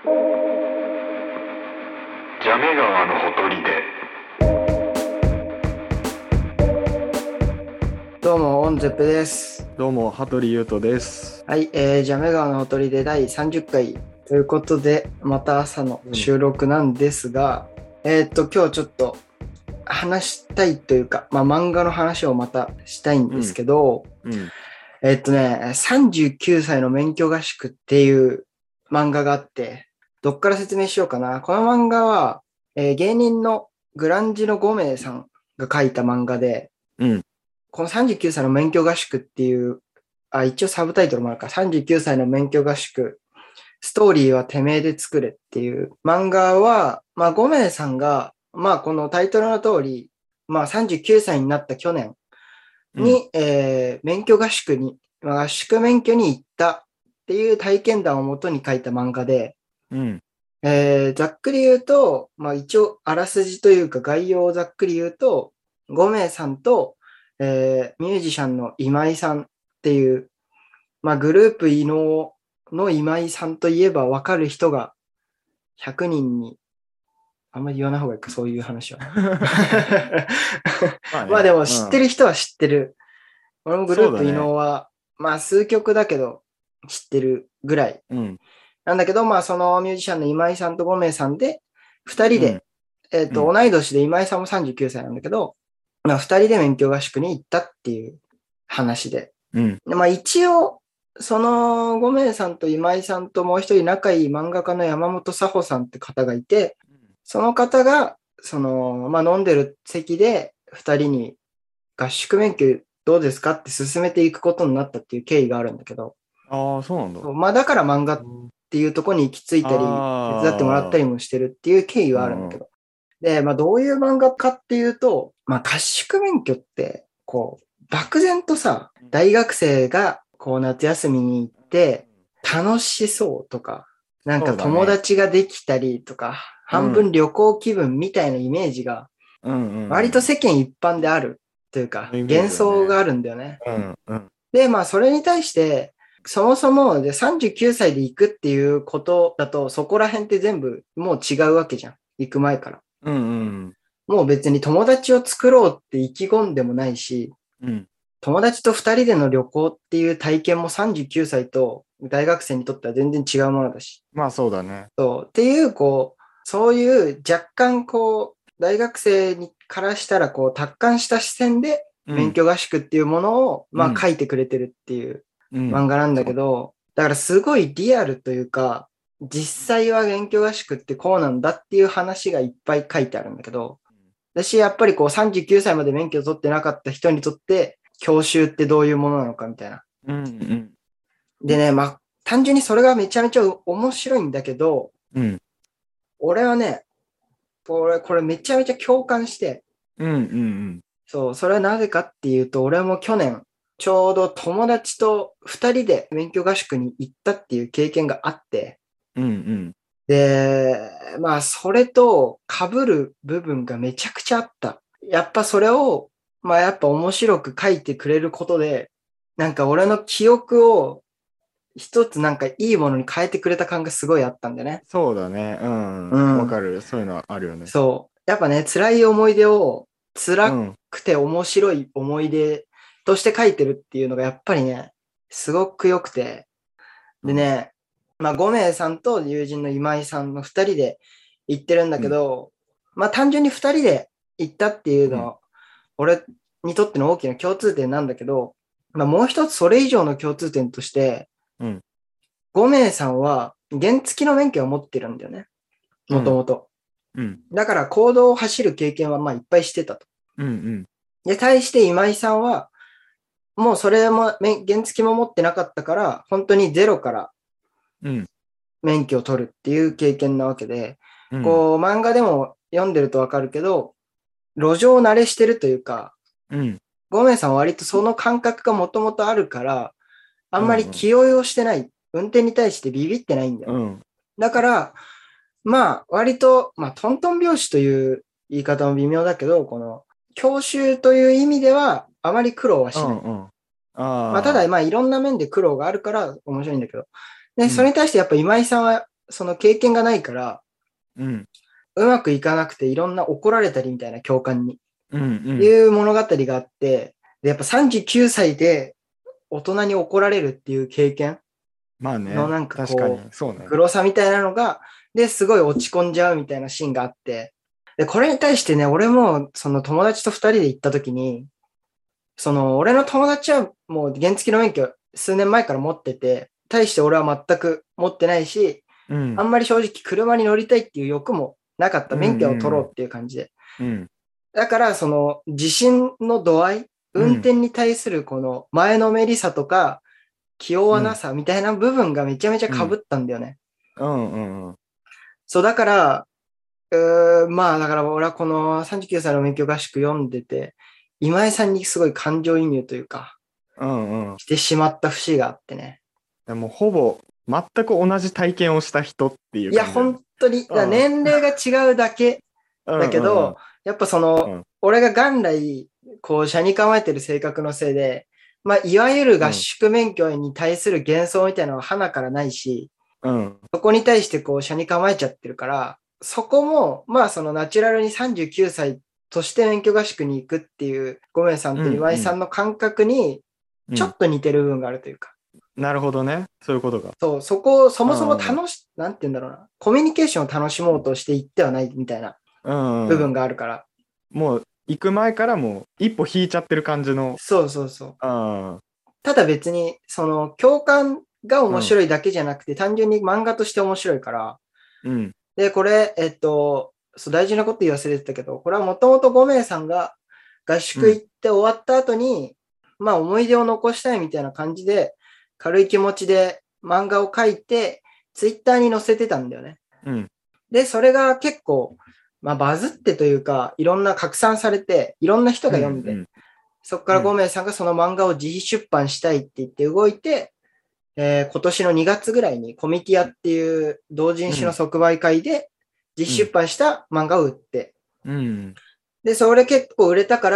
ジャメ川のほとりで。 どうも、オンゼッペです。 どうも、羽鳥優斗です。 はい、ジャメ川のほとりで第30回ということで、また朝の収録なんですが、今日ちょっと話したいというか、漫画の話をまたしたいんですけど、39歳の免許合宿っていう漫画があって、どっから説明しようかな。この漫画は、芸人のグランジの5名さんが書いた漫画で、この39歳の免許合宿っていう、一応サブタイトルもあるから39歳の免許合宿、ストーリーはてめえで作れっていう漫画は、5名さんが、このタイトルの通り、39歳になった去年に、免許合宿に、合宿免許に行ったっていう体験談をもとに書いた漫画で、ざっくり言うと、一応あらすじというか概要をざっくり言うと、5名さんと、ミュージシャンの今井さんっていう、グループ異能の今井さんといえば分かる人が100人に、あんまり言わない方がいいか、そういう話は。でも知ってる人は知ってる。俺もグループ異能は、数曲だけど知ってるぐらい。なんだけど、そのミュージシャンの今井さんと5名さんで、2人で、同い年で今井さんも39歳なんだけど、2人で免許合宿に行ったっていう話で。一応、その5名さんと今井さんともう一人仲いい漫画家の山本佐穂さんって方がいて、その方が、飲んでる席で2人に合宿免許どうですかって進めていくことになったっていう経緯があるんだけど。 ああ、そうなんだ。 だから漫画っていうところに行き着いたり、手伝ってもらったりもしてるっていう経緯はあるんだけど。で、どういう漫画かっていうと、合宿免許って、漠然とさ、大学生が夏休みに行って楽しそうとか、なんか友達ができたりとか、半分旅行気分みたいなイメージが、割と世間一般であるというか、幻想があるんだよね。で、それに対して、そもそもで39歳で行くっていうことだと、そこら辺って全部もう違うわけじゃん。行く前から。もう別に友達を作ろうって意気込んでもないし、友達と2人での旅行っていう体験も39歳と大学生にとっては全然違うものだし。 そうだね。 っていう、そういう若干大学生からしたら達観した視線で免許合宿っていうものを書いてくれてるっていう漫画なんだけど、だからすごいリアルというか、実際は免許合宿ってこうなんだっていう話がいっぱい書いてあるんだけど、私やっぱり39歳まで免許を取ってなかった人にとって教習ってどういうものなのかみたいな。でね、単純にそれがめちゃめちゃ面白いんだけど、俺はね、これめちゃめちゃ共感して、そう、それはなぜかっていうと、俺も去年、ちょうど友達と2人で免許合宿に行ったっていう経験があって、で、それと被る部分がめちゃくちゃあった。やっぱそれを、やっぱ面白く書いてくれることで、なんか俺の記憶を一つなんかいいものに変えてくれた感がすごいあったんだよね。 そうだね。わかる。そういうのはあるよね。 そう。やっぱね、辛い思い出を辛くて面白い思い出として書いてるっていうのがやっぱりね、すごく良くて。でね、5名さんと友人の今井さんの2人で行ってるんだけど、単純に2人で行ったっていうのは、俺にとっての大きな共通点なんだけど、もう一つそれ以上の共通点として、5名さんは原付きの免許を持ってるんだよね。もともと。だから公道を走る経験はいっぱいしてたと。で、対して今井さんは、もうそれも原付も持ってなかったから、本当にゼロから免許を取るっていう経験なわけで、漫画でも読んでるとわかるけど、路上慣れしてるというか、5名さんは割とその感覚がもともとあるから、あんまり気負いをしてない。運転に対してビビってないんだよ。だから、割と、トントン拍子という言い方も微妙だけど、この、教習という意味では、あまり苦労はしない。ただ、いろんな面で苦労があるから面白いんだけど。で、それに対してやっぱ今井さんは、 その経験がないから、 うん。 うまくいかなくていろんな怒られたりみたいな教官に、 うんうん。 いう物語があって、で、やっぱ39歳で大人に怒られるっていう経験まあね。 のなんか確かにこそうね。 グロさみたいなのが、で、すごい落ち込んじゃうみたいなシーンがあって、で、これに対してね、俺もその友達と2人で行った時に、その俺の友達はもう原付の免許数年前から持ってて、対して俺は全く持ってないし、 うん。 あんまり正直車に乗りたいっていう欲もなかった。 うん免許を取ろうっていう感じで。 うん。 だからその自信の度合い、運転に対するこの前のめりさとか、気弱なさみたいな部分がめちゃめちゃ被ったんだよね。 うんうんうん。 そう、だから、まあだから俺はこの39歳の免許合宿読んでて、今井さんにすごい感情移入というか、 うんうん。 してしまった節があってね。 でもほぼ全く同じ体験をした人っていういや、 感じだよね。 本当に、年齢が違うだけだけど、やっぱその、俺が元来、こう、車に構えてる性格のせいで、まあ、いわゆる合宿免許に対する幻想みたいなのは花からないし、そこに対してこう、車に構えちゃってるから、そこも、まあ、そのナチュラルに39歳として免許合宿に行くっていう、ごめんさんと岩井さんの感覚に、ちょっと似てる部分があるというか。 なるほどね。そういうことか。 そう、そこをそもそもなんて言うんだろうな。コミュニケーションを楽しもうとして行ってはないみたいな部分があるから。 もう行く前からもう一歩引いちゃってる感じの。 そうそうそう。ただ別に、その共感が面白いだけじゃなくて、単純に漫画として面白いから。で、これ、そう大事なこと言い忘れてたけど、これはもともと5名さんが合宿行って終わった後に、まあ思い出を残したいみたいな感じで、軽い気持ちで漫画を描いて、ツイッターに載せてたんだよね。で、それが結構、まあバズってというか、いろんな拡散されて、いろんな人が読んで、そこから5名さんがその漫画を自費出版したいって言って動いて、今年の2月ぐらいにコミティアっていう同人誌の即売会で自費出版した漫画を売って、で、それ結構売れたから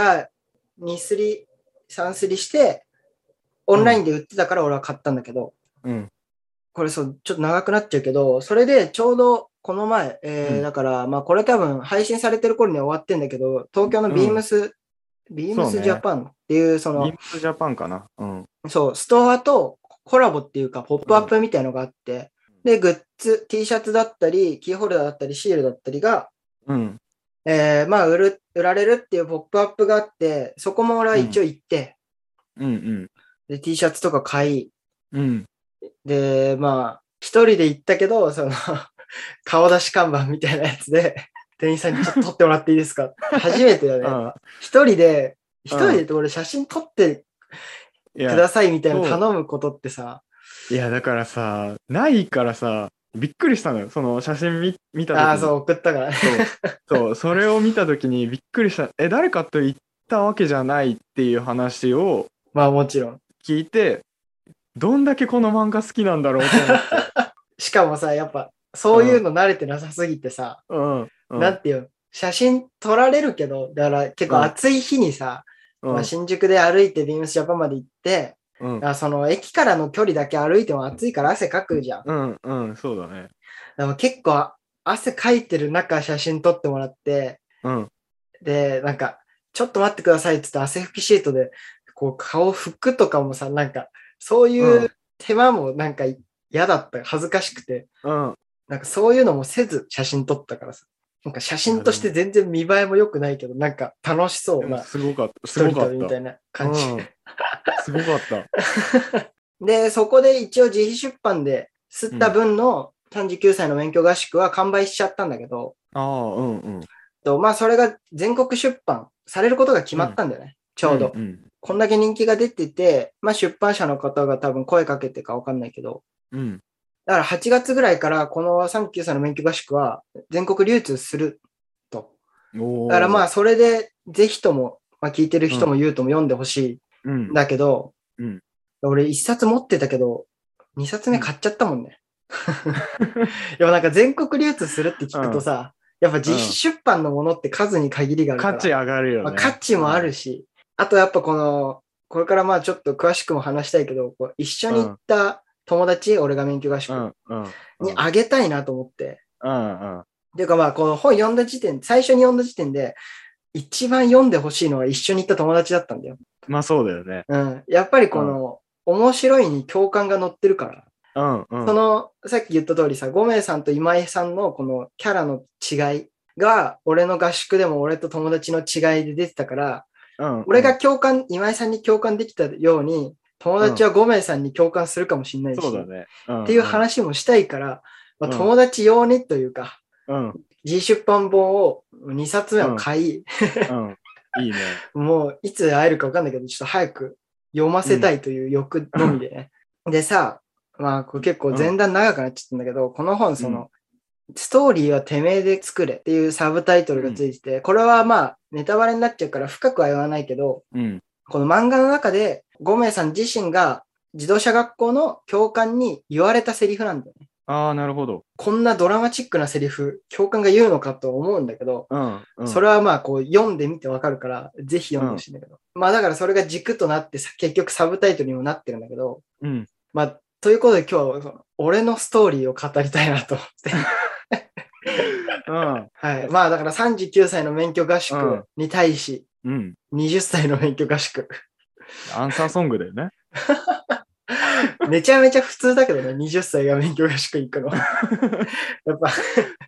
、2スリ、3スリして、オンラインで売ってたから俺は買ったんだけど、これそう、ちょっと長くなっちゃうけど、それでちょうどこの前、だから、まあこれ多分配信されてる頃には終わってんだけど、東京のビームスジャパンっていうその、 ビームスジャパンかな。 そう、ストアとコラボっていうか、ポップアップみたいのがあって、で、グッズ、T シャツだったり、キーホルダーだったり、シールだったりが、まあ売られるっていうポップアップがあって、そこも俺は一応行って、で、T シャツとか買い、で、まあ、一人で行ったけど、その顔出し看板みたいなやつで、店員さんにちょっと撮ってもらっていいですか初めてだね。一人で俺写真撮ってくださいみたいな頼むことってさ。 いや、だからさ、ないからさ、びっくりしたのよ。その写真見た時に。 ああ、そう、送ったからね。 そう、それを見た時にびっくりした。誰かと言ったわけじゃないっていう話を。 まあもちろん。 聞いて、どんだけこの漫画好きなんだろうと思って。 しかもさ、やっぱ、そういうの慣れてなさすぎてさ、なんていう、写真撮られるけど、だから結構暑い日にさ、まあ、新宿で歩いてビームスジャパンまで行って、その駅からの距離だけ歩いても暑いから汗かくじゃん。そうだね。 でも結構汗かいてる中写真撮ってもらって、で、なんか、ちょっと待ってくださいって言って汗拭きシートで、こう顔拭くとかもさ、なんか、そういう手間もなんか嫌だった、恥ずかしくて、なんかそういうのもせず写真撮ったからさ、なんか写真として全然見栄えも良くないけど、なんか楽しそうな、 すごかった。 一人旅みたいな感じ。 すごかった。 で、そこで一応自費出版で吸った分の39歳の免許合宿は完売しちゃったんだけど、まあそれが全国出版されることが決まったんだよね、ちょうど。こんだけ人気が出てて、まあ出版社の方が多分声かけてかわかんないけど、だから8月ぐらいからこの39歳の免許合宿は全国流通すると。だからまあそれでぜひとも、まあ、聞いてる人も言うとも読んでほしいんだけど、俺1冊持ってたけど、2冊目買っちゃったもんね。でもなんか全国流通するって聞くとさ、やっぱ自費出版のものって数に限りがあるから。 価値上がるよね。 まあ、価値もあるし、あとやっぱこれからまあちょっと詳しくも話したいけど、一緒に行った友達、俺が免許合宿にあげたいなと思って。っていうかまあ、この本読んだ時点、最初に読んだ時点で、一番読んでほしいのは一緒に行った友達だったんだよ。 まあそうだよね。 やっぱりこの、面白いに共感が乗ってるから。その、さっき言った通りさ、5名さんと今井さんのこのキャラの違いが、俺の合宿でも俺と友達の違いで出てたから、俺が今井さんに共感できたように、友達は5名さんに共感するかもしれないし、 そうだね。 っていう話もしたいから、まあ、友達用にというか、G 出版本を2冊目を買い、 いいね。 もういつ会えるか分かんないけど、ちょっと早く読ませたいという欲のみでね。でさ、まあこれ結構前段長くなっちゃったんだけど、この本ストーリーはてめえで作れっていうサブタイトルがついてて、これはまあネタバレになっちゃうから深くは言わないけど、この漫画の中で5名さん自身が自動車学校の教官に言われたセリフなんだよね。 ああ、なるほど。 こんなドラマチックなセリフ、教官が言うのかと思うんだけど、それはまあこう読んでみてわかるから、ぜひ読んでほしいんだけど。まあだからそれが軸となって結局サブタイトルにもなってるんだけど、まあということで今日は俺のストーリーを語りたいなと思って。はい。まあだから39歳の免許合宿に対し、20歳の免許合宿。 アンサーソングだよね。 めちゃめちゃ普通だけどね、20歳が免許合宿行くの。やっぱ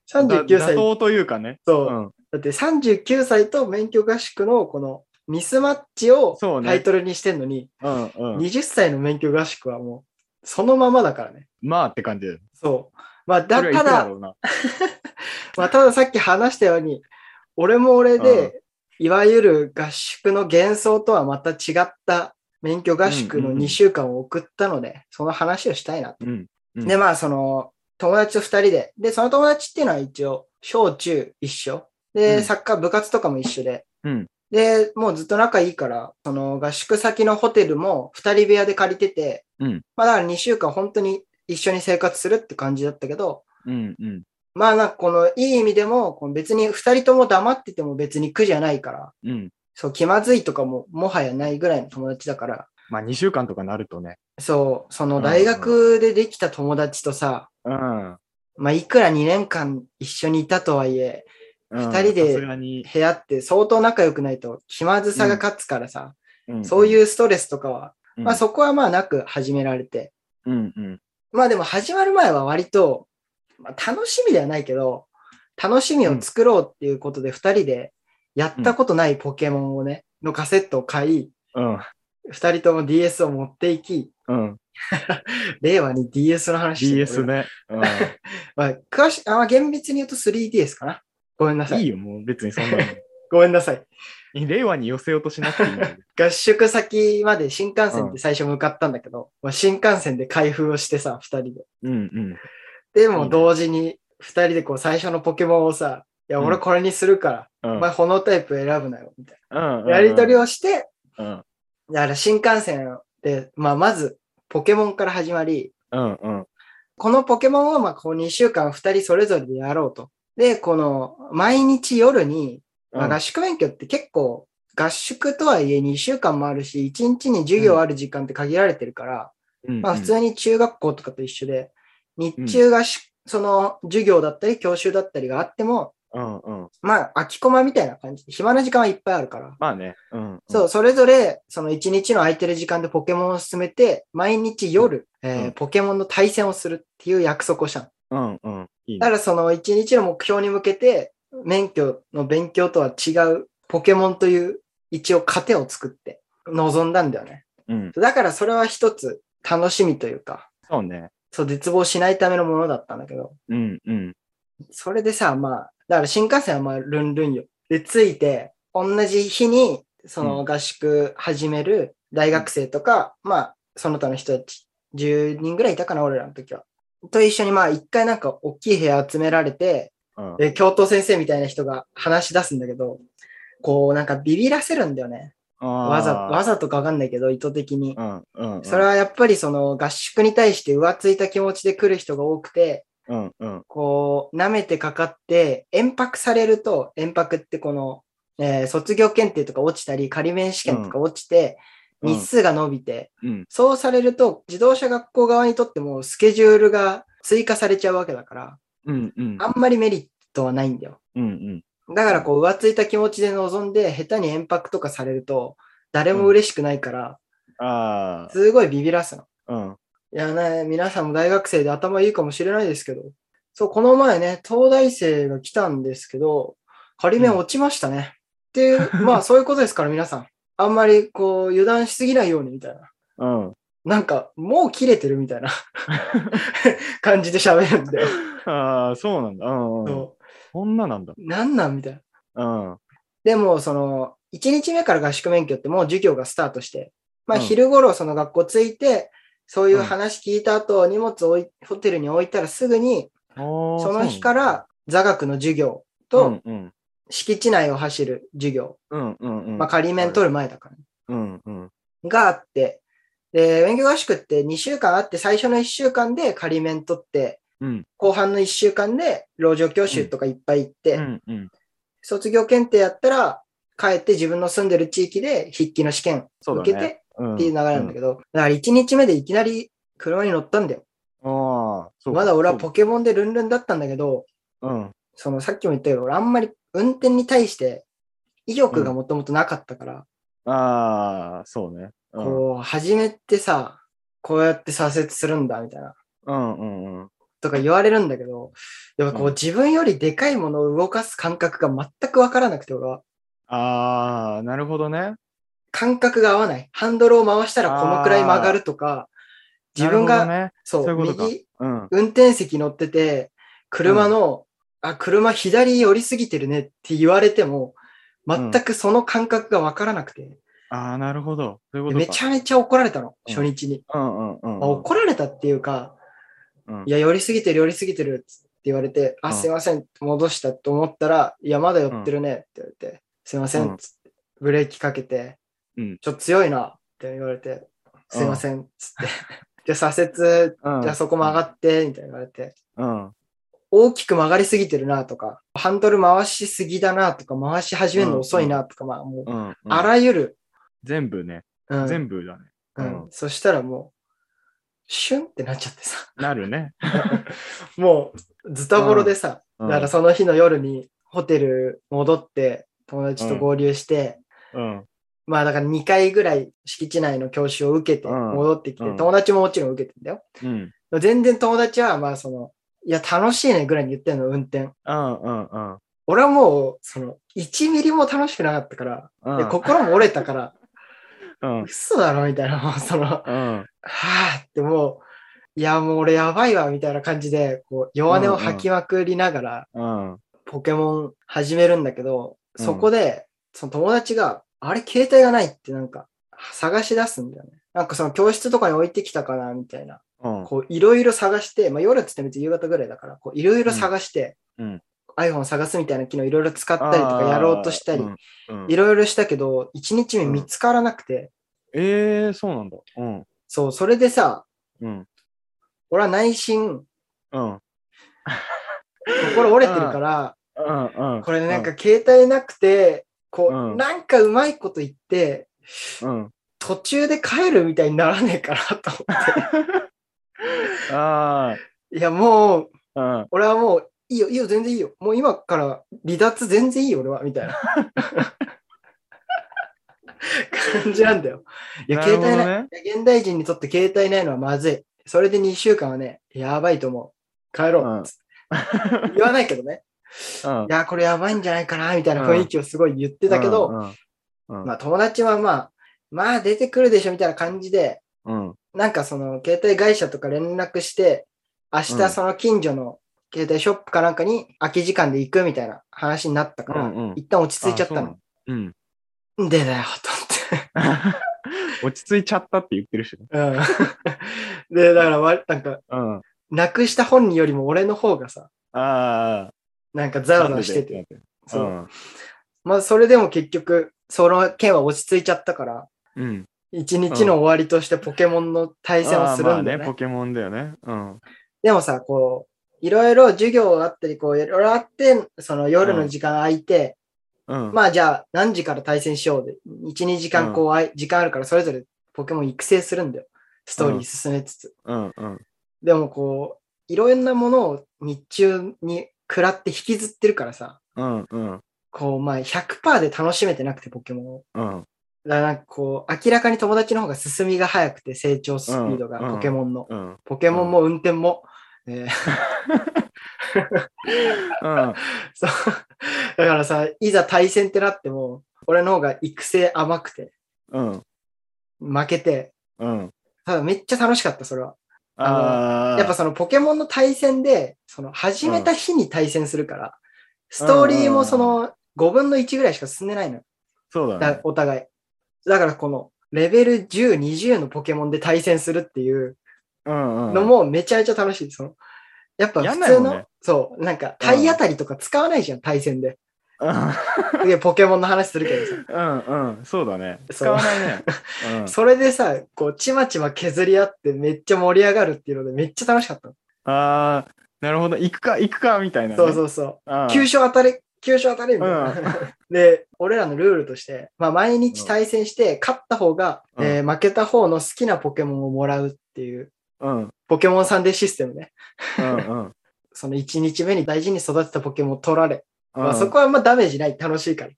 39歳。 妥当というかね。 そう。だって39歳と免許合宿のこのミスマッチをタイトルにしてんのに、20歳の免許合宿はもうそのままだからね。 まあって感じだよ。 そう。まあただ、まあたださっき話したように、俺も俺で、いわゆる合宿の幻想とはまた違った免許合宿の2週間を送ったので、その話をしたいなと。で、まあ、その、友達と2人で、で、その友達っていうのは一応、小中一緒。で、サッカー部活とかも一緒で。で、もうずっと仲いいから、その合宿先のホテルも2人部屋で借りてて、まあだから2週間本当に一緒に生活するって感じだったけど、まあなんかこのいい意味でも、別に2人とも黙ってても別に苦じゃないから、そう、気まずいとかももはやないぐらいの友達だから。 まあ2週間とかなるとね。 そう、その大学でできた友達とさ、まあいくら2年間一緒にいたとはいえ、2人で部屋って相当仲良くないと気まずさが勝つからさ、そういうストレスとかは、まあそこはまあなく始められて。まあでも始まる前は割と、まあ、楽しみではないけど、楽しみを作ろうっていうことで2人で、やったことないポケモンをね、のカセットを買い、二人とも DS を持っていき、令和に DS の話してる。 DS ね。 まあ、厳密に言うと 3DS かな。ごめんなさい。 いいよ、もう別にそんなの。 ごめんなさい。 令和に寄せようとしなくていい。 合宿先まで新幹線で最初向かったんだけど、まあ、新幹線で開封をしてさ、二人で。でも同時に二人でこう最初のポケモンをさ、いや、俺これにするから、お前このタイプ選ぶなよ、みたいな。やりとりをして、だから新幹線で、まあ、まずポケモンから始まり、このポケモンをまあこう2週間2人それぞれでやろうと。で、この毎日夜に、まあ、合宿勉強って結構合宿とはいえ2週間もあるし、1日に授業ある時間って限られてるから、まあ普通に中学校とかと一緒で、日中がその授業だったり教習だったりがあっても、まあ空きコマみたいな感じで、暇な時間はいっぱいあるから。 まあね。 そう、それぞれその1日の空いてる時間でポケモンを進めて、毎日夜、ポケモンの対戦をするっていう約束をしたの。だからその1日の目標に向けて、免許の勉強とは違うポケモンという一応糧を作って臨んだんだよね。だからそれは一つ楽しみというか、 そうね。 そう、絶望しないためのものだったんだけど。それでさ、まあ、だから新幹線はまあルンルンよ。で、着いて、同じ日に、その合宿始める大学生とか、まあ、その他の人たち、10人ぐらいいたかな、俺らの時は。と一緒にまあ、一回なんか大きい部屋集められて、教頭先生みたいな人が話し出すんだけど、こうなんかビビらせるんだよね。わざとかわかんないけど、意図的に。それはやっぱりその合宿に対して浮ついた気持ちで来る人が多くて、こう、舐めてかかって、延泊されると、延泊ってこの、卒業検定とか落ちたり、仮免試験とか落ちて、 日数が伸びて、 うん。 そうされると自動車学校側にとってもスケジュールが追加されちゃうわけだから、 うん。うん。 あんまりメリットはないんだよ。 うん。 だからこう浮ついた気持ちで臨んで下手に延泊とかされると誰も嬉しくないから、 ああ。 すごいビビらすの。 うん。 いやね、皆さんも大学生で頭いいかもしれないですけど、そう、この前ね、東大生が来たんですけど、仮面落ちましたね。っていう、まあそういうことですから皆さん。あんまりこう油断しすぎないようにみたいな。 うん。 なんかもう切れてるみたいな感じで喋るんだよ。 ああ、そうなんだ。うん。 そこんななんだ。 なんなんみたいな。 うん。 でも、その、1日目から合宿免許ってもう授業がスタートして、まあうん昼頃その学校着いて、そういう話聞いた後、荷物をホテルに置いたらすぐに、その日から座学の授業と、敷地内を走る授業、まあ仮免取る前だからね、があって、で、勉強合宿って2週間あって、最初の1週間で仮免取って、後半の1週間で路上教習とかいっぱい行って、卒業検定やったら、帰って自分の住んでる地域で筆記の試験受けてっていう流れなんだけど、だから1日目でいきなり車に乗ったんだよ。まだ俺はポケモンでルンルンだったんだけど、そのさっきも言ったけど、俺あんまり運転に対して意欲がもともとなかったから、 ああ、そうね。 こう、初めてさ、こうやって左折するんだみたいな。とか言われるんだけど、やっぱこう自分よりでかいものを動かす感覚が全くわからなくて、俺は。 ああ、なるほどね。 感覚が合わない。ハンドルを回したらこのくらい曲がるとか、自分が、そう、右、運転席乗ってて、車の、車左寄りすぎてるねって言われても、全くその感覚がわからなくて。 ああ、なるほど。 めちゃめちゃ怒られたの、初日に。怒られたっていうか、いや、寄りすぎてるって言われて、すいません、戻したと思ったら、いや、まだ寄ってるねって言われて、すいません、つって、ブレーキかけて、ちょっと強いなって言われて、すいません、つって、じゃあ左折、じゃあそこ曲がって、みたいな言われて、大きく曲がりすぎてるなとか、ハンドル回しすぎだなとか、回し始めるの遅いなとか、まあもう、あらゆる。 全部ね。全部だね。 そしたらもう、シュンってなっちゃってさ。 なるね。 もう、ズタボロでさ、だからその日の夜にホテル戻って、友達と合流して、まあだから2回ぐらい敷地内の教習を受けて戻ってきて、友達ももちろん受けてんだよ。全然友達は、まあその、いや楽しいねぐらいに言ってんの、運転。俺はもう、その、1ミリも楽しくなかったから、で心も折れたから、嘘だろみたいな、もうその、はぁってもう、いやもう俺やばいわみたいな感じで、こう弱音を吐きまくりながら、ポケモン始めるんだけど、そこで、その友達が、あれ携帯がないってなんか、探し出すんだよね。なんかその教室とかに置いてきたかなみたいな。こういろいろ探して、まあ夜っつって別に夕方ぐらいだから、こういろいろ探して、iPhone 探すみたいな機能いろいろ使ったりとかやろうとしたり、いろいろしたけど、1日目見つからなくて。 そうなんだ。 そう、それでさ、俺は内心、心折れてるから、これなんか携帯なくて、こう、なんかうまいこと言って、途中で帰るみたいにならねえかなと思って。いやもう、俺はもう、いいよ、全然いいよ。もう今から離脱全然いいよ、俺は、みたいな感じなんだよ。いや、携帯ない。現代人にとって携帯ないのはまずい。それで2週間はね、やばいと思う。帰ろう。言わないけどね。いや、これやばいんじゃないかな、みたいな雰囲気をすごい言ってたけど、まあ友達はまあ出てくるでしょ、みたいな感じで、なんかその携帯会社とか連絡して、明日その近所の携帯ショップかなんかに空き時間で行くみたいな話になったから、一旦落ち着いちゃったの。でだよ、と思って。 落ち着いちゃったって言ってるしね。 で、だからなんか、なくした本人よりも俺の方がさ、なんかザワザワしてて。そう。まあ、それでも結局、その件は落ち着いちゃったから、一日の終わりとしてポケモンの対戦をするんだよね。 ポケモンだよね。 でもさ、こう、いろいろ授業があったり、こう、いろいろあって、その夜の時間空いて、まあじゃあ何時から対戦しようで、1、2時間こう、時間あるからそれぞれポケモン育成するんだよ。ストーリー進めつつ。 うんうん。 でもこう、いろんなものを日中に食らって引きずってるからさ、 うんうん。 こう、まあ100%で楽しめてなくて、ポケモンを。 うん。 だからなんかこう、明らかに友達の方が進みが早くて、成長スピードが、 うんポケモンの。 うん。 ポケモンも運転も。 うん。 そう。だからさ、いざ対戦ってなっても、俺の方が育成甘くて、 うん。 負けて、 うん。 ただめっちゃ楽しかった、それは。やっぱあそのポケモンの対戦で、その始めた日に対戦するから、ストーリーもその5分の1ぐらいしか進んでないのよ。 そうだね。 お互い。だからこのレベル10、20のポケモンで対戦するっていうのもめちゃめちゃ楽しい。そのやっぱ普通の、そう、なんか体当たりとか使わないじゃん、対戦で。ポケモンの話するけどさ。 うんうん、そうだね。使わないね。 それでさ、こう、ちまちま削り合ってめっちゃ盛り上がるっていうのでめっちゃ楽しかった。 ああ、なるほど。行くかみたいな、ね。 そうそうそう。急所当たりみたいな。で、俺らのルールとして、まあ毎日対戦して勝った方が、負けた方の好きなポケモンをもらうっていう、ポケモンサンデーシステムね。その1日目に大事に育てたポケモンを取られ。まあそこはあんまダメージない。楽しいから。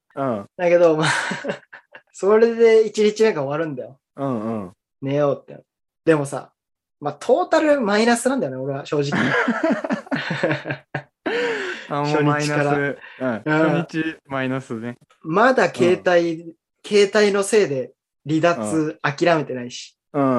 だけど、まあそれで1日目が終わるんだよ。寝ようって。でもさ、まあトータルマイナスなんだよね、俺は正直。 初日から。初日マイナスね。 まだ携帯のせいで離脱諦めてないし。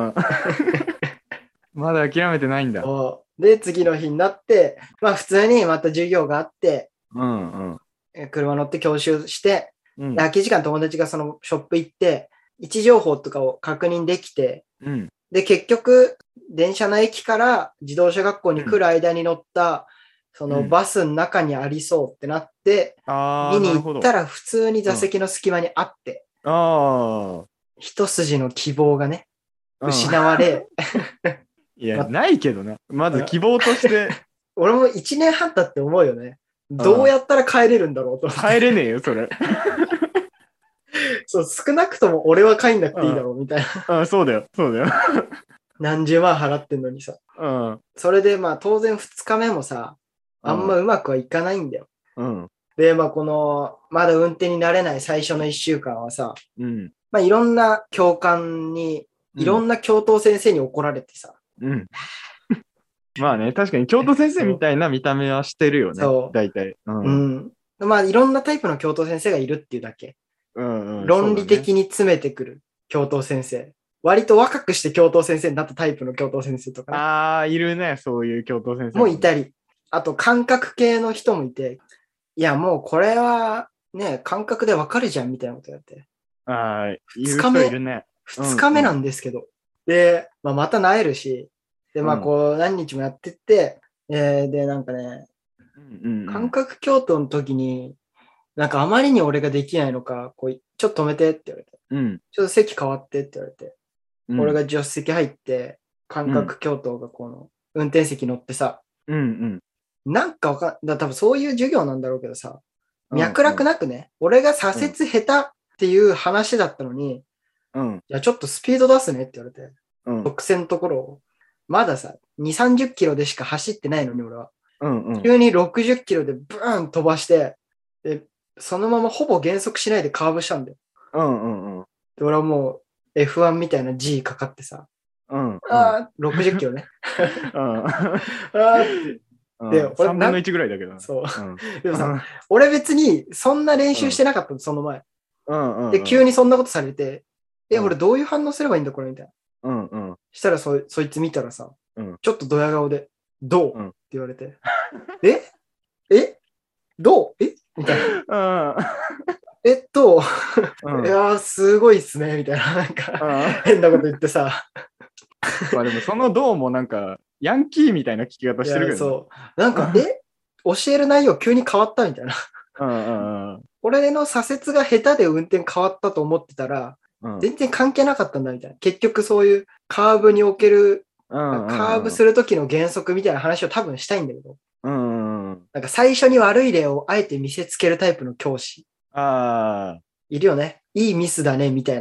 まだ諦めてないんだ。 で、次の日になって、まあ普通にまた授業があって、車乗って教習して、空き時間友達がそのショップ行って、位置情報とかを確認できて、で、結局、電車の駅から自動車学校に来る間に乗った、そのバスの中にありそうってなって、見に行ったら普通に座席の隙間にあって、一筋の希望がね、失われ。 いや、ないけどね。まず希望として。 俺も1年半経って思うよね。どうやったら帰れるんだろうと。 帰れねえよ、それ。 そう、少なくとも俺は帰んなくていいだろうみたいな。そうだよ。 何十万払ってんのにさ。それでまあ当然2日目もさ、あんまうまくはいかないんだよ。で、まあこの、まだ運転になれない最初の1週間はさ、まあいろんな教官に、いろんな教頭先生に怒られてさ。 まあね、確かに教頭先生みたいな見た目はしてるよね。大体。 まあいろんなタイプの教頭先生がいるっていうだけ。論理的に詰めてくる教頭先生。割と若くして教頭先生になったタイプの教頭先生とか、ね。 ああ、いるね、そういう教頭先生もいたり。あと感覚系の人もいて、いやもうこれはね、感覚でわかるじゃんみたいなことやって。 言う人いるね。 2日目なんですけど。で、また萎えるし、で、こう何日もやってって、で、なんかね、感覚教頭の時に、なんかあまりに俺ができないのか、こうちょっと止めてって言われて、ちょっと席変わってって言われて、俺が助手席入って、感覚教頭がこの運転席乗ってさ、なんか多分そういう授業なんだろうけどさ、脈絡なくね、俺が左折下手っていう話だったのに、いやちょっとスピード出すねって言われて、直線のところを、まださ、2、30キロでしか走ってないのに俺は、急に60キロでブーン飛ばして、で、そのままほぼ減速しないでカーブしたんだよ。で、俺はもう F1 みたいな G かかってさ、60キロね。 で、俺3分の1ぐらいだけど。 そう。でもさ、俺別にそんな練習してなかったの、その前。で、急にそんなことされて、俺どういう反応すればいいんだ、これみたいな。したらそいつ見たらさ、ちょっとドヤ顔で、どうって言われて、どうみたいな。いやー、すごいっすね、みたいな。なんか、変なこと言ってさ。 まあでもそのどうもなんか、ヤンキーみたいな聞き方してるけど、ね。 そう。なんか、教える内容急に変わったみたいな。俺の左折が下手で運転変わったと思ってたら、全然関係なかったんだみたいな。結局そういうカーブにおける、カーブするときの原則みたいな話を多分したいんだけど。なんか最初に悪い例をあえて見せつけるタイプの教師。いるよね。いいミスだね、みたいなさ。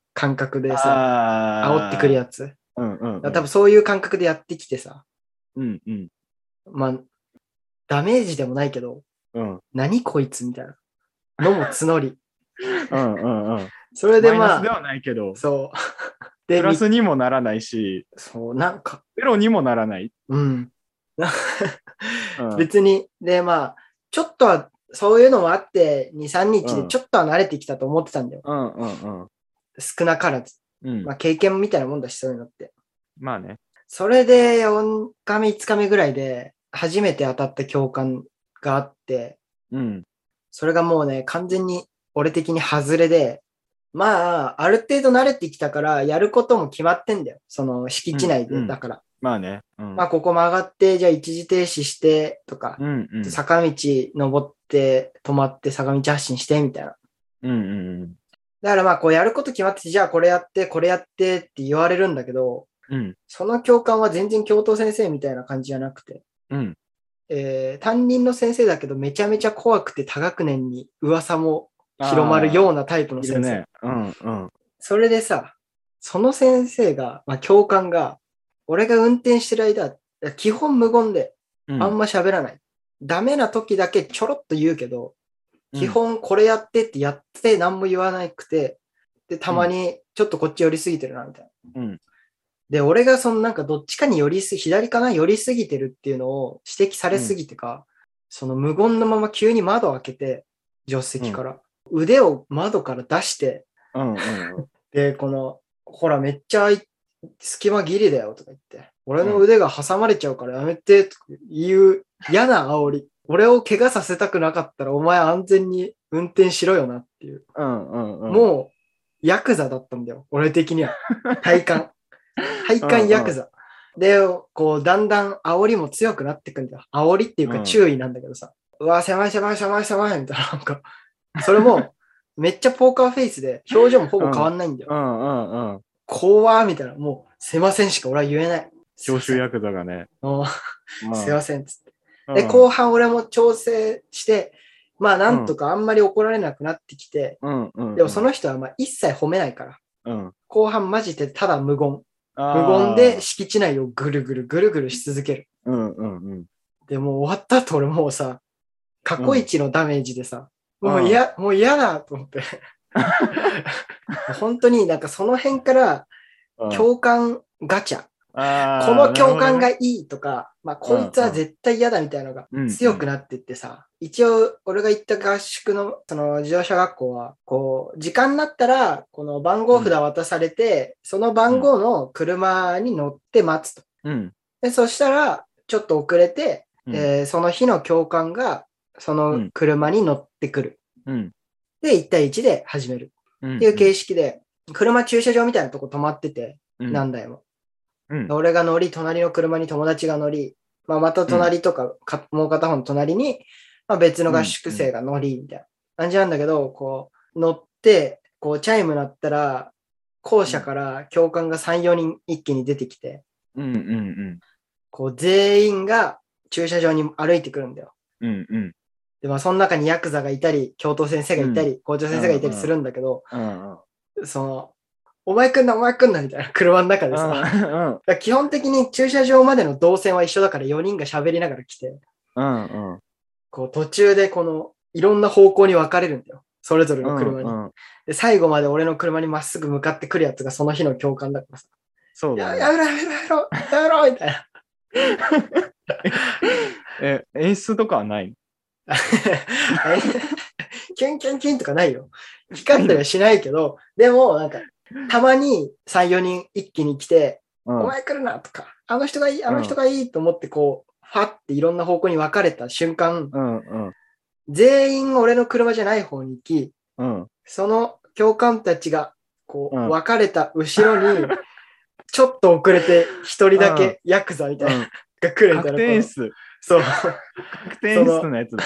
感覚でさ、煽ってくるやつ。 うんうん、うん。 多分そういう感覚でやってきてさ、 うんうん。 まあ、ダメージでもないけど、 うん。 何こいつみたいなのも募り。 うんうんうん。 それでまあ、 マイナスではないけど、 そう。で、 プラスにもならないし、 そう、なんか、 ゼロにもならない。 うん。 うん、 別に、で、まあ、ちょっとは、そういうのもあって、2、3日でちょっとは慣れてきたと思ってたんだよ。 うんうんうん。 少なからず。 うん、 まあ、経験みたいなもんだし、そういうのって。 まあね。 それで、4日目、5日目ぐらいで、初めて当たった教官があって、 うん。 それがもうね、完全に俺的に外れで、まあ、ある程度慣れてきたから、やることも決まってんだよ。その敷地内で、だから。 まあね。うん、 まあ、ここ曲がって、じゃあ一時停止してとか、 うんうん。 坂道登って止まって坂道発進してみたいな。 うんうんうん。 だからまあこうやること決まってて、じゃあこれやってこれやってって言われるんだけど、 うん。 その教官は全然教頭先生みたいな感じじゃなくて、 うん。 担任の先生だけどめちゃめちゃ怖くて多学年に噂も広まるようなタイプの先生。 ね。うんうん。 それでさ、その先生が、まあ教官が、俺が運転してる間、基本無言で、あんま喋らない。ダメな時だけちょろっと言うけど、基本これやってってやって何も言わなくて、で、たまにちょっとこっち寄りすぎてるな、みたいな。で、俺がそのなんかどっちかに左かな寄りすぎてるっていうのを指摘されすぎてか、その無言のまま急に窓を開けて、助手席から、腕を窓から出して、で、この、ほらめっちゃ隙間ギリだよとか言って、俺の腕が挟まれちゃうからやめてとかいう嫌な煽り。俺を怪我させたくなかったらお前安全に運転しろよなっていう。もう、ヤクザだったんだよ。俺的には。体感ヤクザ。で、こう、だんだん煽りも強くなってくんだよ。煽りっていうか注意なんだけどさ。うわ、狭い狭い狭い狭いみたいな。なんか、それも、めっちゃポーカーフェイスで、表情もほぼ変わんないんだよ。怖ーみたいな。もう、すいませんしか俺は言えない。 教習ヤクザがね。 すいませんっつって。で、後半俺も調整して、まあなんとかあんまり怒られなくなってきて、でもその人はまあ一切褒めないから、後半マジでただ無言。無言で敷地内をぐるぐるぐるぐるし続ける。で、もう終わった後俺もうさ、過去一のダメージでさ、もう嫌だと思って。本当になんかその辺から共感ガチャ。この共感がいいとか、まあこいつは絶対嫌だみたいなのが強くなってってさ、一応俺が行った合宿のその自動車学校は、こう時間になったらこの番号札渡されて、その番号の車に乗って待つと。でそしたらちょっと遅れて、その日の教官がその車に乗ってくる。で1対1で始めるっていう形式で、車駐車場みたいなとこ止まってて、何台も。俺が乗り、隣の車に友達が乗り、まあ、また隣とか、もう片方の隣に、まあ、別の合宿生が乗り、みたいな感じなんだけど、こう、乗って、こう、チャイム鳴ったら、校舎から教官が3、4人一気に出てきて、こう、全員が駐車場に歩いてくるんだよ。で、まあ、その中にヤクザがいたり、教頭先生がいたり、校長先生がいたりするんだけど、その、お前来んなみたいな車の中でさ、基本的に駐車場までの動線は一緒だから4人が喋りながら来て、こう途中でこのいろんな方向に分かれるんだよ。それぞれの車に。で、最後まで俺の車にまっすぐ向かってくるやつがその日の教官だからさ。 そうだね。 やめろみたいな。 演出とかはないキュンキュンキュンとかないよ。光ったりはしないけど、でもなんか、たまに3、4人一気に来て、お前来るなとか、あの人がいいと思ってこう、ファっていろんな方向に分かれた瞬間、全員俺の車じゃない方に行き、その教官たちがこう、分かれた後ろに、ちょっと遅れて一人だけヤクザみたいな、が来るみたいな。 確定演出。 そう。 確定演出のやつだ。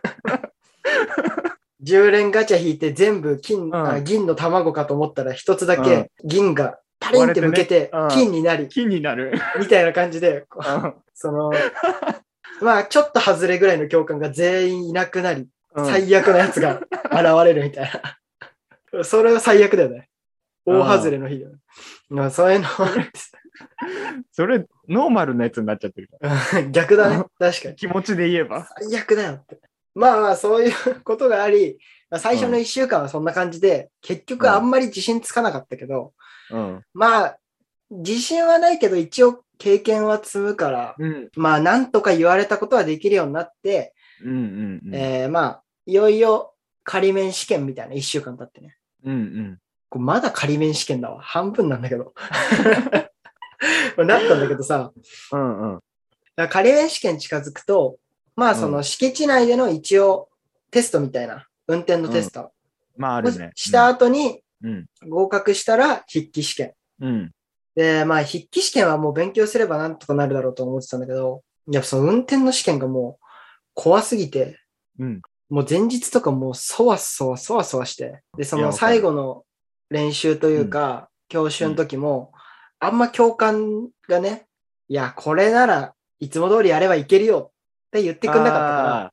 10連ガチャ引いて全部銀の卵かと思ったら一つだけ銀がパリンって抜けて金になり、みたいな感じで、その、まあちょっと外れぐらいの教官が全員いなくなり、最悪なやつが現れるみたいな。それは最悪だよね。 大外れの日だよ。まあそういうのそれ、ノーマルなやつになっちゃってるか逆だね。確かに。 気持ちで言えば。 最悪だよって。まあまあ、そういうことがあり、まあ、最初の1週間はそんな感じで、結局あんまり自信つかなかったけど、まあ、自信はないけど、一応経験は積むから、まあ、なんとか言われたことはできるようになって、まあ、いよいよ仮免試験みたいな1週間経ってね。これまだ仮免試験だわ。半分なんだけど。なったんだけどさ、仮免試験近づくと、まあその敷地内での一応テストみたいな、運転のテスト。 まああるね。 した後に合格したら筆記試験。で、まあ筆記試験はもう勉強すればなんとかなるだろうと思ってたんだけど、やっぱその運転の試験がもう怖すぎて、もう前日とかもうそわそわして、で、その最後の練習というか、教習の時も、あんま教官がね、いや、これならいつも通りやればいけるよって言ってくんなかったから、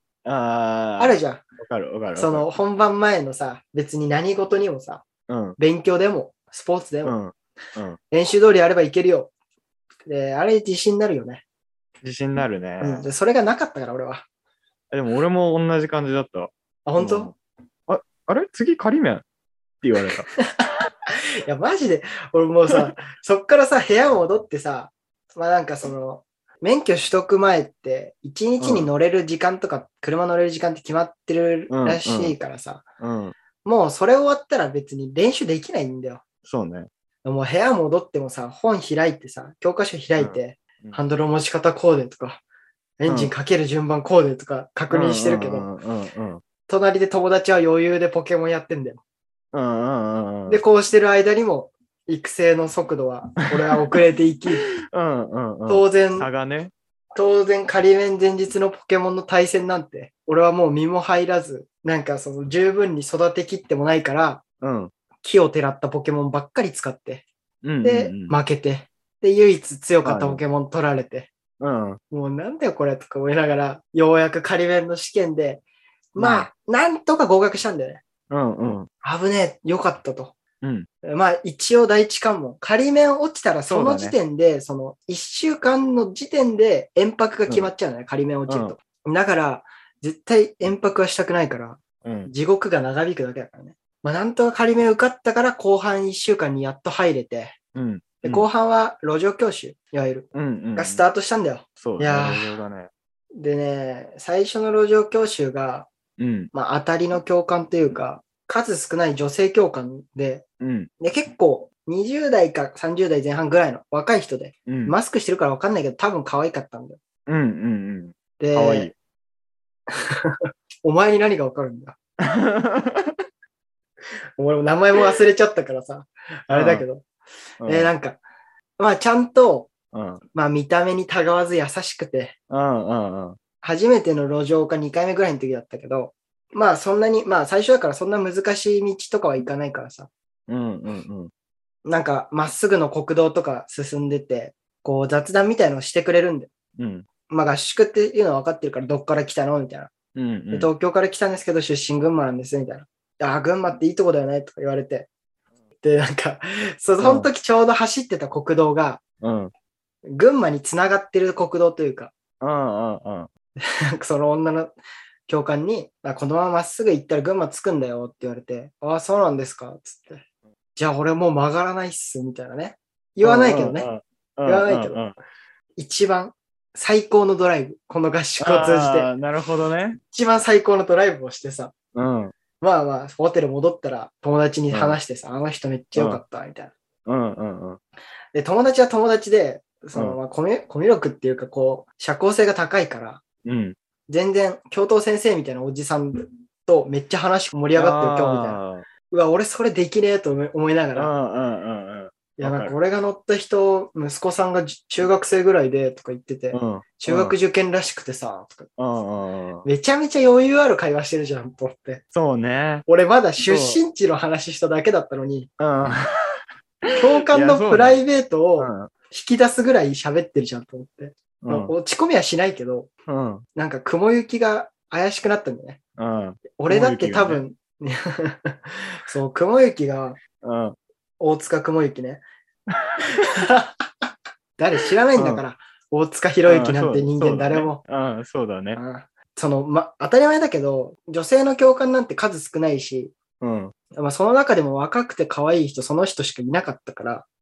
あるじゃん。わかる。その本番前のさ、別に何事にもさ、勉強でも、スポーツでも、練習通りやればいけるよ。で、あれ自信になるよね。 自信になるね。 でそれがなかったから、俺は。 でも俺も同じ感じだった。 あ、本当？ あれ次仮免って言われた。 いや、マジで、俺もうさ、そっからさ、部屋戻ってさ、まあなんかその、免許取得前って、1日に乗れる時間とか、車乗れる時間って決まってるらしいからさ、もうそれ終わったら別に練習できないんだよ。 そうね。 もう部屋戻ってもさ、本開いてさ、教科書開いて、ハンドル持ち方こうでとか、エンジンかける順番こうでとか確認してるけど、隣で友達は余裕でポケモンやってんだよ。で、こうしてる間にも、育成の速度は、俺は遅れていき、当然、仮面前日のポケモンの対戦なんて、俺はもう身も入らず、なんかその十分に育てきってもないから、木をてらったポケモンばっかり使って、で、負けて、で、唯一強かったポケモン取られて、もうなんだよこれとか思いながら、ようやく仮面の試験で、まあ、なんとか合格したんだよね。危ねえ、よかったと。まあ一応第一関門、仮面落ちたらその時点で、その1週間の時点で延泊が決まっちゃうのね、仮面落ちると。だから、絶対延泊はしたくないから、地獄が長引くだけだからね。まあなんとか仮面受かったから後半1週間にやっと入れて、で後半は路上教習、いわゆる、がスタートしたんだよ。 そう、 いやでね、最初の路上教習が、まあ当たりの教官というか、数少ない女性教官で、で結構20代か30代前半ぐらいの若い人で、マスクしてるから分かんないけど多分可愛かったんだよ。で、可愛い。お前に何が分かるんだ俺も名前も忘れちゃったからさ、あれだけど。なんか、まあちゃんと、まあ見た目にたがわず優しくて、初めての路上か2回目ぐらいの時だったけど、まあそんなに、まあ最初だからそんな難しい道とかは行かないからさ。なんかまっすぐの国道とか進んでて、こう雑談みたいのをしてくれるんで。まあ合宿っていうのは分かってるからどっから来たのみたいな。で東京から来たんですけど出身群馬なんですみたいな。あ、群馬っていいとこだよねとか言われて。で、なんか、その時ちょうど走ってた国道が、群馬に繋がってる国道というか、その女の教官に、このまままっすぐ行ったら群馬着くんだよって言われて、ああ、そうなんですかつって。じゃあ俺もう曲がらないっす、みたいなね。言わないけどね。言わないけど。一番最高のドライブ。この合宿を通じて。 なるほどね。 一番最高のドライブをしてさ。まあまあ、ホテル戻ったら友達に話してさ、あの人めっちゃ良かった、みたいな。で、友達は友達で、その、まあ、コミュ力っていうか、こう、社交性が高いから、全然、教頭先生みたいなおじさんとめっちゃ話盛り上がってる今日みたいな。うわ、俺それできねえと思いながら、いや、なんか俺が乗った人、息子さんが中学生ぐらいでとか言ってて、中学受験らしくてさ、とかめちゃめちゃ余裕ある会話してるじゃんと思って。 そうね。 俺まだ出身地の話しただけだったのに、教官のプライベートを引き出すぐらい喋ってるじゃんと思って。落ち込みはしないけど、なんか雲行きが怪しくなったんだよね。俺だって多分、そう、雲行きが、 大塚雲行ね。誰知らないんだから、大塚博之なんて人間誰も。 そうだね。 当たり前だけど、女性の教官なんて数少ないし、その中でも若くて可愛い人、その人しかいなかったから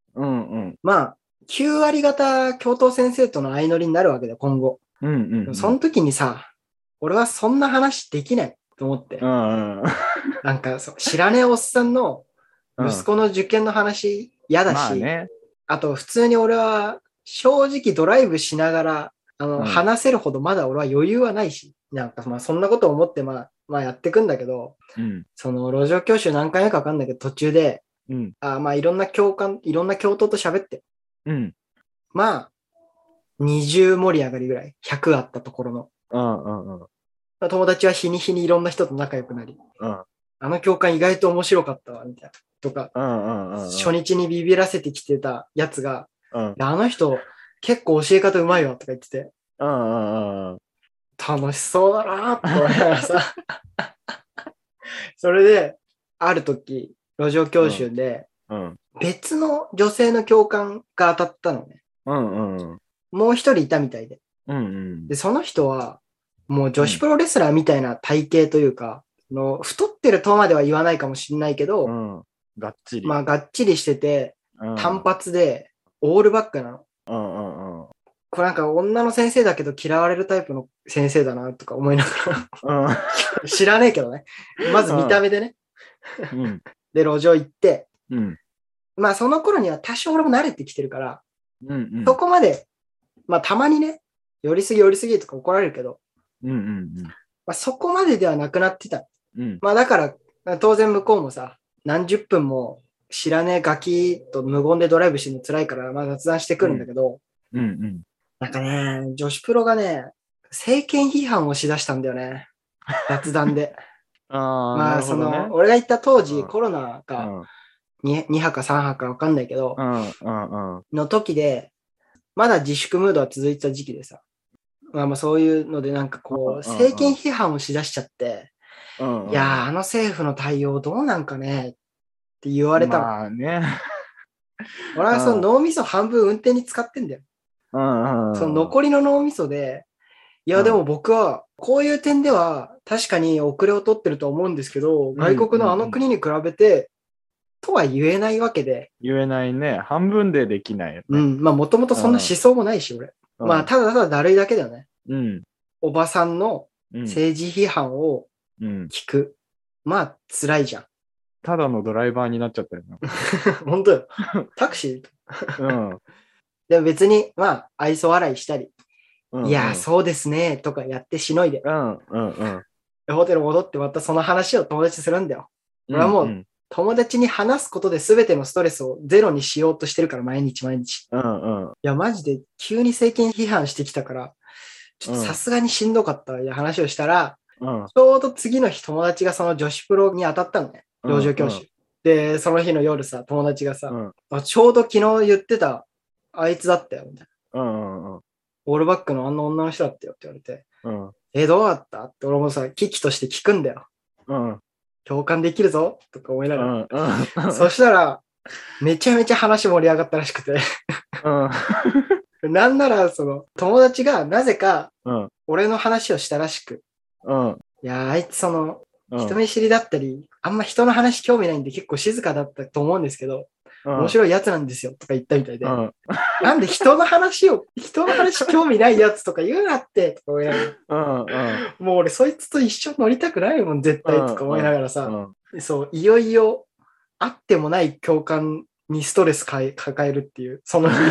、9割方教頭先生との相乗りになるわけだよ、今後。その時にさ、俺はそんな話できないと思って。なんか知らねえおっさんの息子の受験の話嫌だし、あと普通に俺は正直ドライブしながら話せるほどまだ俺は余裕はないし、なんかそんなことを思ってやってくんだけど、その路上教習何回目か分かんないけど途中で、いろんな教頭と喋って、20盛り上がりぐらい、100あったところの。友達は日に日にいろんな人と仲良くなり、あの教官意外と面白かったわ、みたいな。とか、初日にビビらせてきてたやつが、あの人結構教え方うまいわ、とか言ってて、楽しそうだなって思いながらさ。それで、ある時、路上教習で、別の女性の教官が当たったのね。もう一人いたみたいで。で、その人は、もう女子プロレスラーみたいな体型というか、太ってるとまでは言わないかもしれないけど、 がっちり。 がっちりしてて、単発で、オールバックなの。これなんか女の先生だけど嫌われるタイプの先生だなとか思いながら。知らねえけどね。まず見た目でね。で、路上行って、その頃には多少俺も慣れてきてるから、そこまで、たまにね、寄りすぎとか怒られるけど、そこまでではなくなってた。だから、当然向こうもさ、何十分も知らねえガキと無言でドライブしてるの辛いから、雑談してくるんだけど、なんかね、女子プロがね、政権批判をしだしたんだよね。雑談で。俺が行った当時、コロナが2波か3波か分かんないけど、の時で、まだ自粛ムードは続いてた時期でさ、そういうのでなんか政権批判をしだしちゃって、いやー、政府の対応どうなんかねって言われたの。俺はその脳みそ半分運転に使ってんだよ。その残りの脳みそで、いやでも僕はこういう点では確かに遅れを取ってると思うんですけど、外国のあの国に比べてとは言えないわけで。 言えないね。半分でできないよね。 もともとそんな思想もないし、俺。ただただだるいだけだよね。おばさんの政治批判を聞く。辛いじゃん。 ただのドライバーになっちゃったよな。 本当よ。タクシーでも別に、愛想笑いしたり、いや、そうですね、とかやってしのいで。ホテル戻ってまたその話を友達するんだよ。俺はもう、友達に話すことで全てのストレスをゼロにしようとしてるから、毎日。いや、マジで急に政権批判してきたから、ちょっとさすがにしんどかった話をしたら、ちょうど次の日友達がその女子プロに当たったのね。路上教習。で、その日の夜さ、友達がさ、ちょうど昨日言ってた、あいつだったよ、みたいな。オールバックのあんな女の人だったよって言われて、どうだったって俺もさ、危機として聞くんだよ。共感できるぞとか思いながら。そしたら、めちゃめちゃ話盛り上がったらしくて。なんなら、友達がなぜか、俺の話をしたらしく。いや、あいつ人見知りだったり、あんま人の話興味ないんで結構静かだったと思うんですけど、面白いやつなんですよとか言ったみたいで、なんで人の話興味ないやつとか言うなってとか思いながら、もう俺そいつと一緒乗りたくないもん絶対とか思いながらさ、いよいよあってもない共感にストレス抱えるっていう、その日。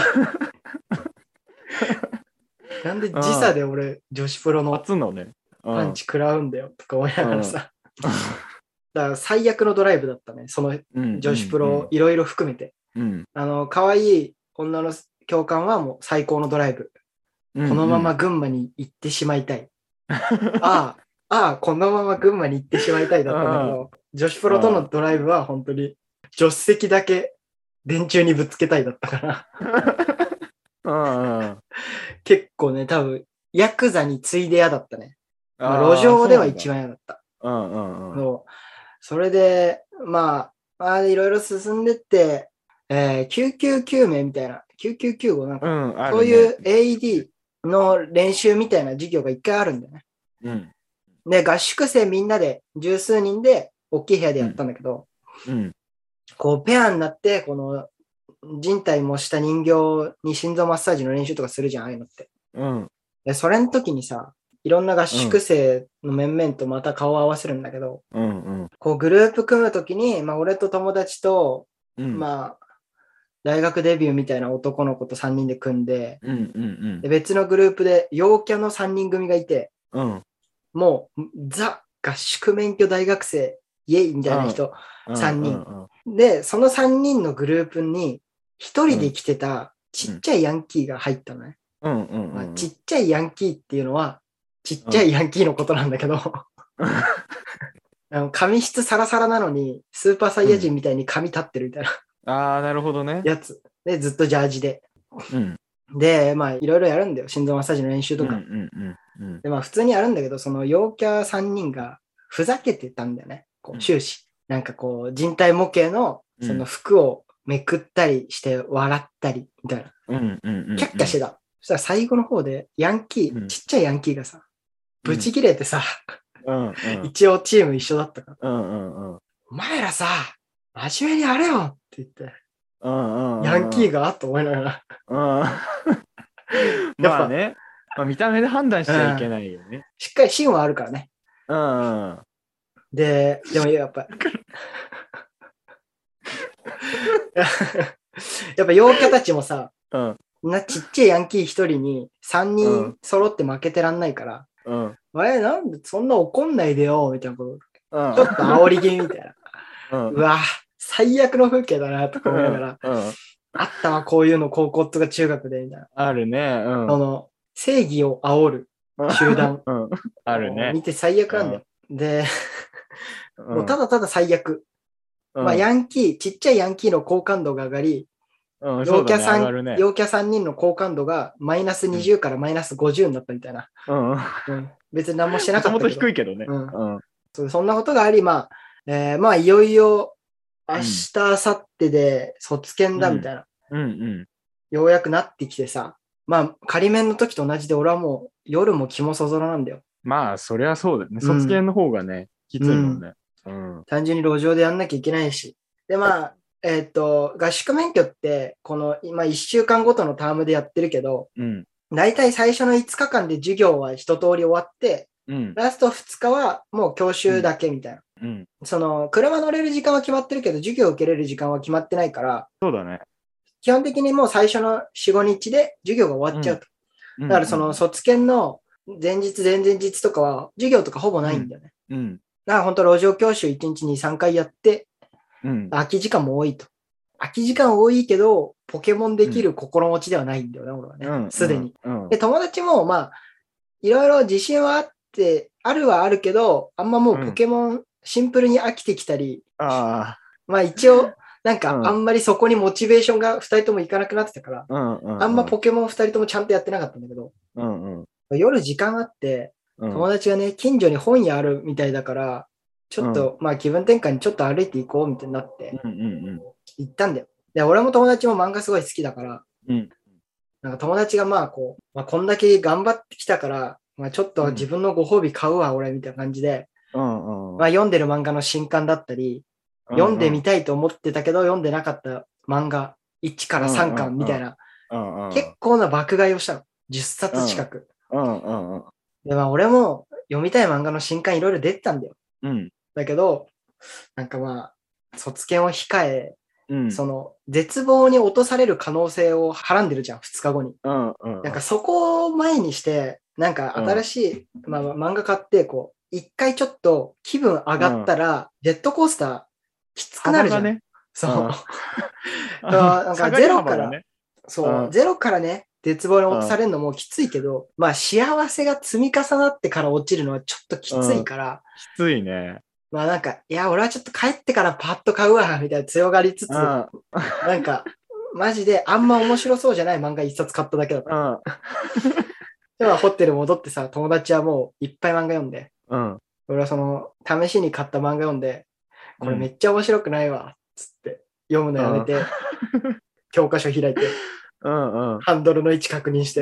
なんで時差で俺女子プロのパンチ食らうんだよとか思いながらさ。だから最悪のドライブだったね。その女子プロいろいろ含めて。可愛い女の教官はもう最高のドライブ。このまま群馬に行ってしまいたい。このまま群馬に行ってしまいたいだったんだけど、女子プロとのドライブは本当に助手席だけ電柱にぶつけたいだったから。結構ね、多分、ヤクザに次いで嫌だったね。路上では一番嫌だった。それで、いろいろ進んでって、 救急救命みたいな、救急救護なんか、 あるね。 そういう AED の練習みたいな授業が一回あるんだよね。 うん。 で、合宿生みんなで十数人で大きい部屋でやったんだけど、こうペアになって、この人体模した人形に心臓マッサージの練習とかするじゃん、ああいうのって。で、それの時にさ、いろんな合宿生の面々とまた顔を合わせるんだけど、こうグループ組む時に、まあ俺と友達と、まあ大学デビューみたいな男の子と3人で組んで、で別のグループで陽キャの3人組がいて、もうザ合宿免許大学生イエイみたいな人3人、でその3人のグループに1人で来てたちっちゃいヤンキーが入ったのね。ちっちゃいヤンキーっていうのはちっちゃいヤンキーのことなんだけど、髪質サラサラなのにスーパーサイヤ人みたいに髪立ってるみたいな、 なるほどね。 やつでずっとジャージで、でまあいろいろやるんだよ、心臓マッサージの練習とか、でまあ普通にやるんだけど、その陽キャ3人がふざけてたんだよね、こう終始、なんかこう人体模型のその服をめくったりして笑ったりみたいな、キャッキャしてた。そしたら最後の方でヤンキー、ちっちゃいヤンキーがさブチ切れてさ、一応チーム一緒だったから、お前らさ真面目にやれよって言って、ヤンキーがと思いながらまあね、見た目で判断しちゃいけないよね。 しっかり芯はあるからね。でもやっぱやっぱ陽キャたちもさ、ちっちゃいヤンキー一人に3人揃って負けてらんないから、なんでそんな怒んないでよみたいなこと、ちょっと煽り気味みたいな、うわ最悪の風景だなとか思いながら、あったわこういうの高校とか中学でみたいな、 あるね。 その正義を煽る集団、 あるね。 見て最悪なんだよ。でもうただただ最悪。まあヤンキー、ちっちゃいヤンキーの好感度が上がり、陽キャ3人の好感度がマイナス20からマイナス50になったみたいな。別に何もしてなかったけど。 もともと低いけどね。 そんなことがあり、まあいよいよ明日、明後日で卒検だみたいな。ようやくなってきてさ、まあ仮免の時と同じで俺はもう夜も気もそぞろなんだよ。 まあそりゃそうだよね。卒検の方がね、きついもんね。 単純に路上でやんなきゃいけないし。でまあ、合宿免許って、この今1週間ごとのタームでやってるけど、だいたい最初の5日間で授業は一通り終わって、ラスト2日はもう教習だけみたいな。その車乗れる時間は決まってるけど、授業を受けれる時間は決まってないから、 そうだね。 基本的にもう最初の4、5日で授業が終わっちゃうと。だからその卒検の前日、前々日とかは授業とかほぼないんだよね。だから本当路上教習1日に3回やって、空き時間も多いと。空き時間多いけど、ポケモンできる心持ちではないんだよね、俺はね。すでに。で、友達もまあ、いろいろ自信はあって、あるはあるけど、あんまもうポケモンシンプルに飽きてきたり、まあ一応、なんかあんまりそこにモチベーションが2人ともいかなくなってたから、あんまポケモン2人ともちゃんとやってなかったんだけど、夜時間あって、友達がね、近所に本屋あるみたいだから、ちょっと、まあ気分転換にちょっと歩いていこうみたいになって、行ったんだよ。で、俺も友達も漫画すごい好きだから、なんか友達がまあこう、こんだけ頑張ってきたから、まあちょっと自分のご褒美買うわ、俺みたいな感じで、まあ読んでる漫画の新刊だったり、読んでみたいと思ってたけど、読んでなかった漫画1から3巻みたいな、結構な爆買いをしたの。10冊近く。で、まあ俺も読みたい漫画の新刊いろいろ出てたんだよ。だけど、なんかまあ、卒検を控え、その絶望に落とされる可能性をはらんでるじゃん、2日後に。なんかそこを前にして、なんか新しい、まあ、漫画買って、こう、一回ちょっと気分上がったら、ジェットコースターきつくなるじゃん。そう。なんかゼロから、ゼロからね、絶望に落とされるのもきついけど、まあ幸せが積み重なってから落ちるのはちょっときついから。 きついね。 まあなんか、いや、俺はちょっと帰ってからパッと買うわ、みたいな強がりつつ、なんか、マジであんま面白そうじゃない漫画一冊買っただけだった。ではホテル戻ってさ、友達はもういっぱい漫画読んで、俺はその、試しに買った漫画読んで、これめっちゃ面白くないわ、つって、 読むのやめて、教科書開いて、 うんうん。 ハンドルの位置確認して。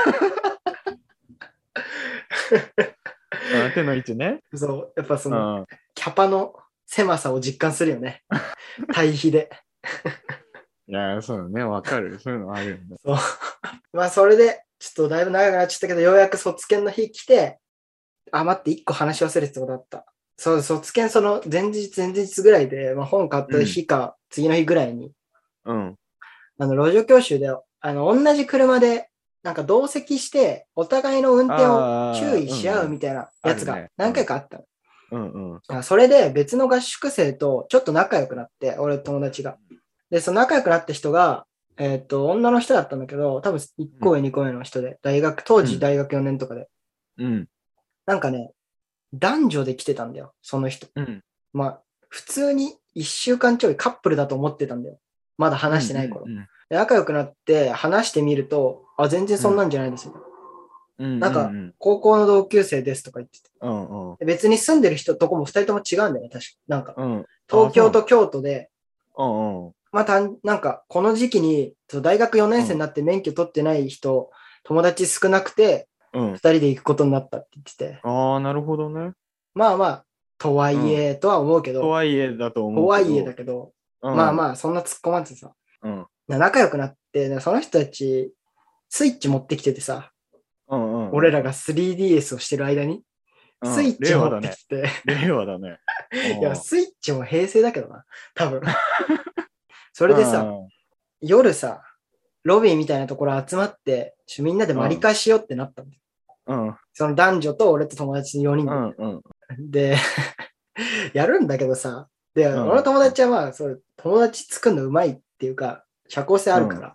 手の位置ね。 そう、やっぱその、 うん。 キャパの狭さを実感するよね。対比で。 いや、そうね、わかる。そういうのあるよね。 そう。まあ、それで、ちょっとだいぶ長くなっちゃったけど、ようやく卒検の日来て、待って、一個話し忘れてたことあった。そう、卒検その前日ぐらいで、まあ、本買った日か、次の日ぐらいに、 うん。 路上教習で、同じ車で、なんか同席して、お互いの運転を注意し合うみたいなやつが何回かあったの。 うんうん。 それで別の合宿生とちょっと仲良くなって、俺友達が。で、その仲良くなった人が、女の人だったんだけど、多分1個上、2個上の人で、当時大学4年とかで。 うん。 なんかね、男女で来てたんだよ、その人。まあ、普通に1週間ちょいカップルだと思ってたんだよ。まだ話してない頃。で仲良くなって話してみると、全然そんなんじゃないですよ。なんか、高校の同級生ですとか言ってて。別に住んでる人とこも2人とも違うんだよね、確か。なんか、東京と京都で、まあ、なんか、この時期に、大学4年生になって免許取ってない人、友達少なくて、2人で行くことになったって言ってて。 ああ、なるほどね。 まあまあ、とはいえ、とは思うけど。 とはいえだと思うけど。 とはいえだけど、まあまあ、そんな突っ込まんてさ。仲良くなって、その人たち、スイッチ持ってきててさ、俺らが 3DS をしてる間に、スイッチ持ってきて、 令和だね。 いや、スイッチも平成だけどな、多分。それでさ、夜さ、ロビーみたいなところ集まって、みんなでマリカしようってなったんだよ。その男女と俺と友達4人で。で、やるんだけどさ、で、俺の友達はまあ、友達作るのうまいっていうか、社交性あるから、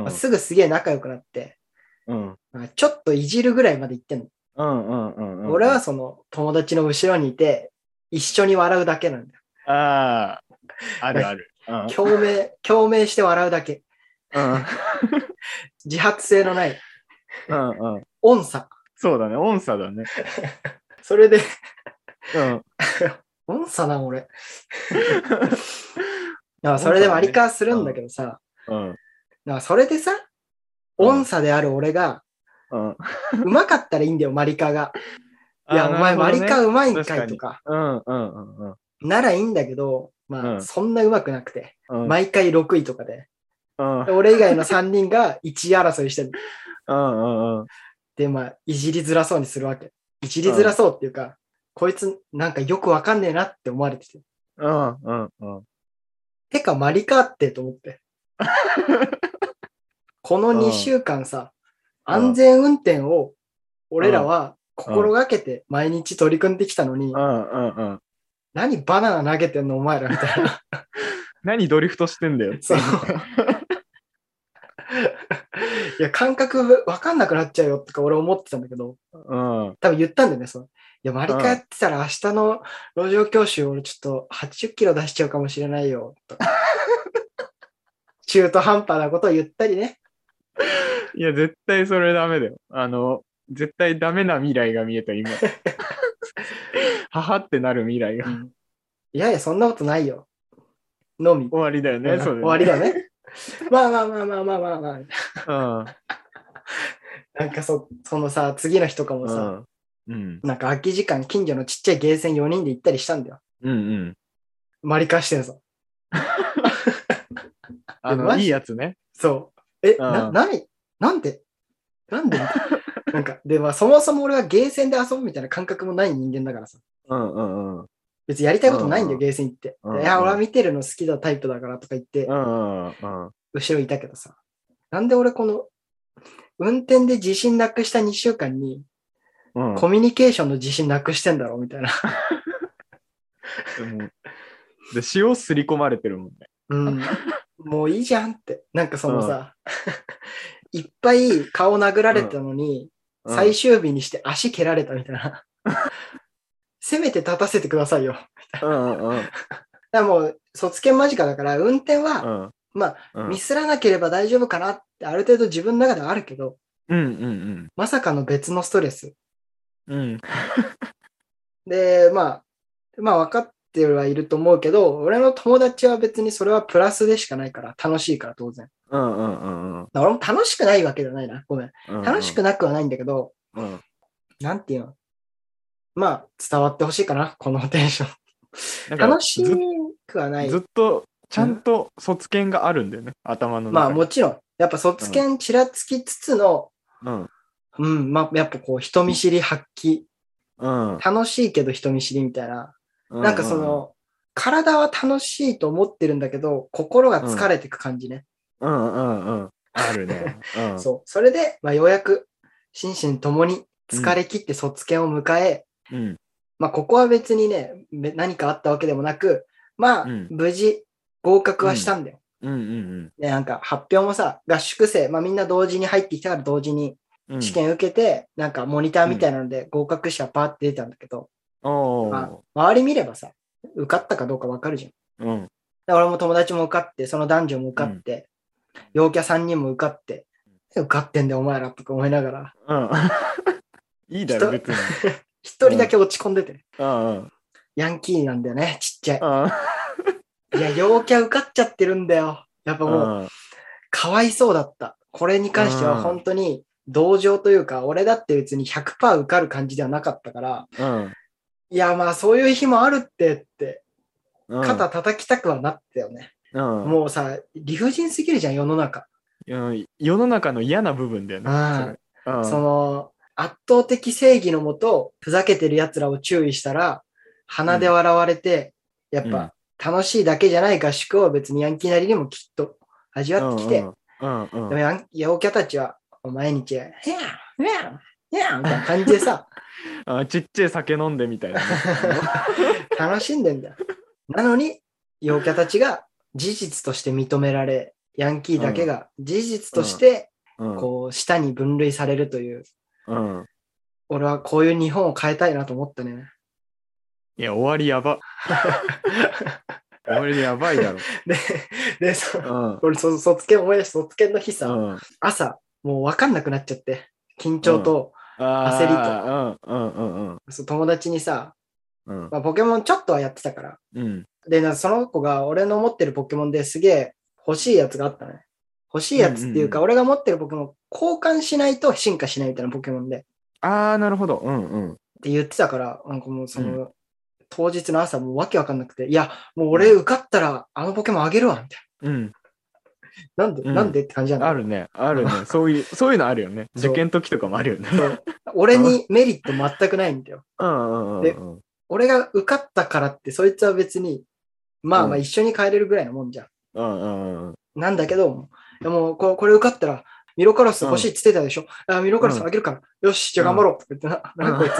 すぐすげえ仲良くなって、ちょっといじるぐらいまで行ってんの。俺はその友達の後ろにいて、一緒に笑うだけなんだよ。 あるある。 共鳴して笑うだけ。自発性のない。音差。 そうだね、音差だね。 それで、音差な、俺。それで割り勘するんだけどさ、それでさ、音差である俺が、うまかったらいいんだよ、マリカが。いや、お前マリカうまいんかいとか。ならいいんだけど、まあ、そんなうまくなくて、毎回6位とかで。俺以外の3人が1位争いしてる。で、まあ、いじりづらそうにするわけ。いじりづらそうっていうか、こいつなんかよくわかんねえなって思われてて。てか、マリカってと思って。この2週間さ、安全運転を俺らは心がけて毎日取り組んできたのに、何バナナ投げてんのお前らみたいな。 何ドリフトしてんだよ。 そう。いや、感覚わかんなくなっちゃうよとか俺思ってたんだけど、多分言ったんだよね、いや、マリカやってたら明日の路上教習俺ちょっと80キロ出しちゃうかもしれないよ、とか。中途半端なことを言ったりね。 いや、絶対それダメだよ。絶対ダメな未来が見えた、今。ははってなる未来が。 いやいや、そんなことないよ。のみ。 終わりだよね、 終わりだよね。まあ。なんかそのさ、次の日とかもさ、なんか空き時間、近所のちっちゃいゲーセン4人で行ったりしたんだよ。マリカしてんぞ。 いいやつね。 そう。なんでなんか、で、まあ、そもそも俺はゲーセンで遊ぶみたいな感覚もない人間だからさ。別にやりたいことないんだよ、ゲーセン行って。いや、俺は見てるの好きなタイプだからとか言って、後ろいたけどさ。なんで俺この、運転で自信なくした2週間に、コミュニケーションの自信なくしてんだろうみたいな。 で、塩すり込まれてるもんね。 もういいじゃんって。なんかそのさ、いっぱい顔殴られたのに、最終日にして足蹴られたみたいな。せめて立たせてくださいよ。だからもう、卒検間近だから、運転は、まあ、ミスらなければ大丈夫かなってある程度自分の中ではあるけど、まさかの別のストレス。で、まあ分かっってはいると思うけど、俺の友達は別にそれはプラスでしかないから、楽しいから当然。 うんうんうんうん。 俺も楽しくないわけじゃないな。ごめん。 うんうん楽しくなくはないんだけど、 うんなんていうの。まあ、伝わってほしいかな、このテンション。 なんか楽しくはない。 ずっとちゃんと卒検があるんだよね、頭の中に。 まあもちろん、やっぱ卒検ちらつきつつの、まあやっぱこう人見知り発揮。楽しいけど人見知りみたいな。なんかその、体は楽しいと思ってるんだけど、心が疲れていく感じね。 あるね。 そう。それで、まあようやく心身ともに疲れ切って卒検を迎え、まあここは別にね、何かあったわけでもなく、まあ無事合格はしたんだよ。で、なんか発表もさ、合宿生、まあみんな同時に入ってきたから同時に試験受けて、なんかモニターみたいなので合格者パーって出たんだけど、まあ、周り見ればさ、受かったかどうかわかるじゃん。で俺も友達も受かって、その男女も受かって、陽キャ3人も受かって、受かってんだよお前らとか思いながら。 いいだろ、別に。 一人だけ落ち込んでて。ヤンキーなんだよね、ちっちゃい。いや、陽キャ受かっちゃってるんだよ。やっぱもう、かわいそうだった。これに関しては本当に同情というか、俺だって別に 100% 受かる感じではなかったから、いや、まあそういう日もあるって、肩叩きたくはなったよね。もうさ、理不尽すぎるじゃん、世の中。 世の中の嫌な部分だよね。 その、圧倒的正義のもと、ふざけてる奴らを注意したら、鼻で笑われて、やっぱ楽しいだけじゃない合宿を別にヤンキーなりにもきっと味わってきて、でも陽キャたちは毎日、へやへやへやみたいな感じでさ、 ちっちゃい酒飲んでみたいな、ね。 楽しんでんだよ。なのに、陽キャたちが事実として認められ、ヤンキーだけが事実として、こう、下に分類されるという。俺はこういう日本を変えたいなと思ったね。 いや、終わりやば。終わりやばいだろ。 で、俺、卒検思い出して、卒検の日さ、朝、もう分かんなくなっちゃって、緊張と焦りと。友達にさ、まあ、ポケモンちょっとはやってたから。で、その子が俺の持ってるポケモンですげえ欲しいやつがあったね。欲しいやつっていうか、俺が持ってるポケモン交換しないと進化しないみたいなポケモンで。 なるほど。 って言ってたから、なんかもうその、当日の朝もうわけわかんなくて、いや、もう俺受かったらあのポケモンあげるわ、みたいな。なんでって感じなんだ。 あるね。そういうのあるよね。受験時とかもあるよね。 俺にメリット全くないんだよ。で、俺が受かったからって、そいつは別に、まあ一緒に帰れるぐらいのもんじゃん。なんだけど、でもこれ受かったら、ミロカラス欲しいって言ってたでしょ。ミロカラスあげるから、よし、じゃあ頑張ろうって言ってなんかこいつ。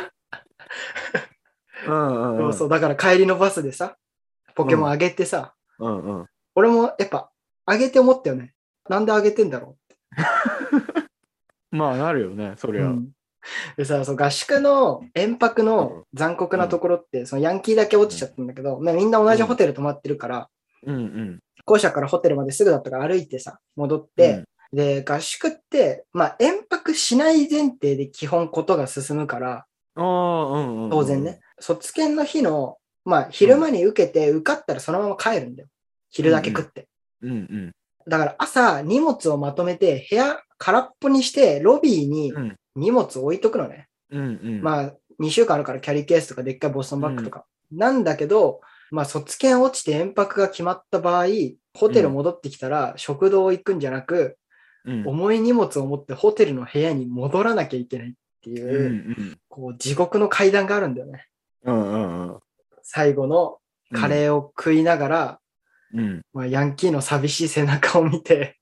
そう、だから帰りのバスでさ、ポケモンあげてさ、俺もやっぱあげて思ったよね。なんであげてんだろう。まあなるよね、そりゃ。 でさ、合宿の延泊の残酷なところって、そのヤンキーだけ落ちちゃったんだけど、みんな同じホテル泊まってるから、校舎からホテルまですぐだったから歩いてさ、戻って、で、合宿って、まあ延泊しない前提で基本ことが進むから、当然ね。卒検の日の、まあ、昼間に受けて、受かったらそのまま帰るんだよ。昼だけ食って。だから朝、荷物をまとめて、部屋空っぽにして、ロビーに荷物置いとくのね。まあ、2週間あるからキャリーケースとかでっかいボストンバッグとか。なんだけど、まあ、卒検落ちて延泊が決まった場合、ホテル戻ってきたら食堂行くんじゃなく、重い荷物を持ってホテルの部屋に戻らなきゃいけないっていう、こう地獄の階段があるんだよね。最後のカレーを食いながら、まあ、ヤンキーの寂しい背中を見て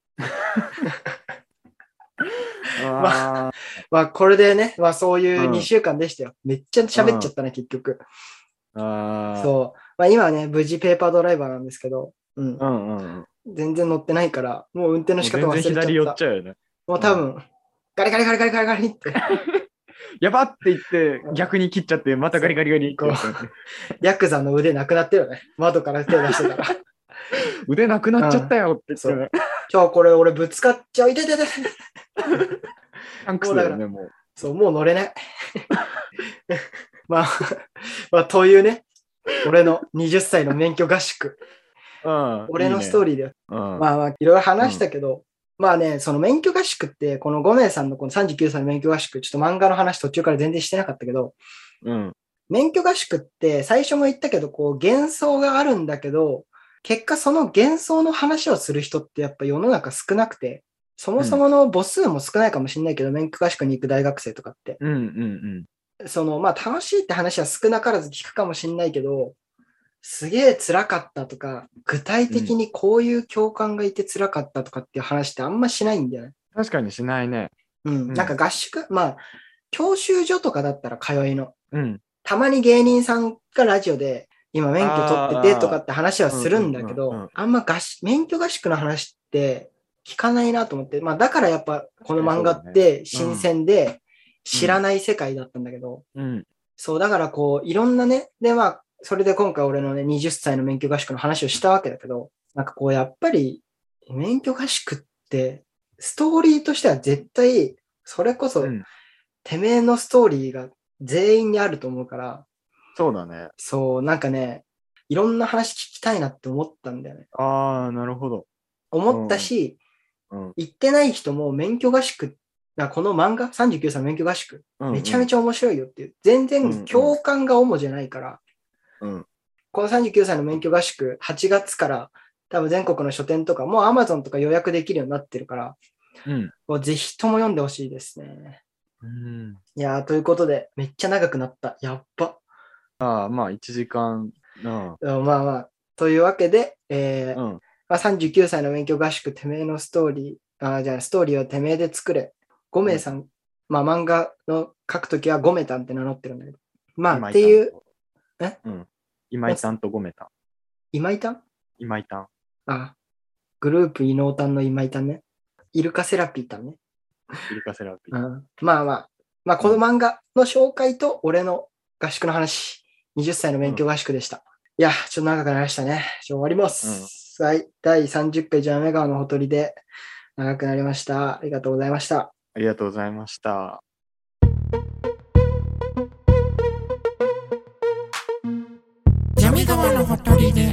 まあこれでね、まあ、そういう2週間でしたよ。めっちゃ喋っちゃったね、結局。そう。まあ、今はね、無事ペーパードライバーなんですけど、全然乗ってないから、もう運転の仕方忘れちゃった。 全然左寄っちゃうよね。 もう多分、ガリガリガリガリガリガリって。 やばって言って逆に切っちゃってまたガリガリガリってヤクザの腕なくなってるよね。窓から手出してたら腕なくなっちゃったよって言ってね。 じゃあこれ俺ぶつかっちゃう。痛い痛い痛い。 タンクスだよね、もう。 そう、もう乗れない。まあ、というね、 俺の20歳の免許合宿。俺のストーリーで。まあいろいろ話したけど、まあね、その免許合宿って、この5名さんのこの39歳の免許合宿、ちょっと漫画の話途中から全然してなかったけど、免許合宿って最初も言ったけど、こう幻想があるんだけど、結果その幻想の話をする人ってやっぱ世の中少なくて、そもそもの母数も少ないかもしれないけど、免許合宿に行く大学生とかって。その、まあ楽しいって話は少なからず聞くかもしれないけど、すげえ辛かったとか、具体的にこういう共感がいて辛かったとかっていう話ってあんましないんだよね。 確かにしないね。 なんか合宿、まあ、教習所とかだったら通いの。たまに芸人さんがラジオで、今免許取っててとかって話はするんだけど、あんま免許合宿の話って聞かないなと思って、まあだからやっぱこの漫画って新鮮で知らない世界だったんだけど、そうだからこういろんなね、でまあそれで今回俺のね20歳の免許合宿の話をしたわけだけど、なんかこうやっぱり免許合宿ってストーリーとしては絶対それこそてめえのストーリーが全員にあると思うから、 そうだね。 そう、なんかね、いろんな話聞きたいなって思ったんだよね。 なるほど。 思ったし、行ってない人も免許合宿、この漫画、39歳の免許合宿、めちゃめちゃ面白いよっていう、全然共感が主じゃないから、この39歳の免許合宿、8月から多分全国の書店とか、もう Amazon とか予約できるようになってるから、ぜひとも読んでほしいですね。いやー、ということで、めっちゃ長くなった。やっば。 まあ、1時間。 まあ、というわけで、39歳の免許合宿、てめえのストーリー、じゃあ、ストーリーをてめえで作れ。5名さん、まあ、漫画の書くときは5メタンって名乗ってるんだけど。まあ、っていう、 今井さんと5メタン。 今井たん今井たん。 グループ伊能たんの今井たんね。イルカセラピーたんね。 イルカセラピー。 まあ、この漫画の紹介と俺の合宿の話、20歳の免許合宿でした。いや、ちょっと長くなりましたね。終わります。第30回ジャメ川のほとりで長くなりました。ありがとうございました。 ありがとうございました。 ジャメ川のほとりで。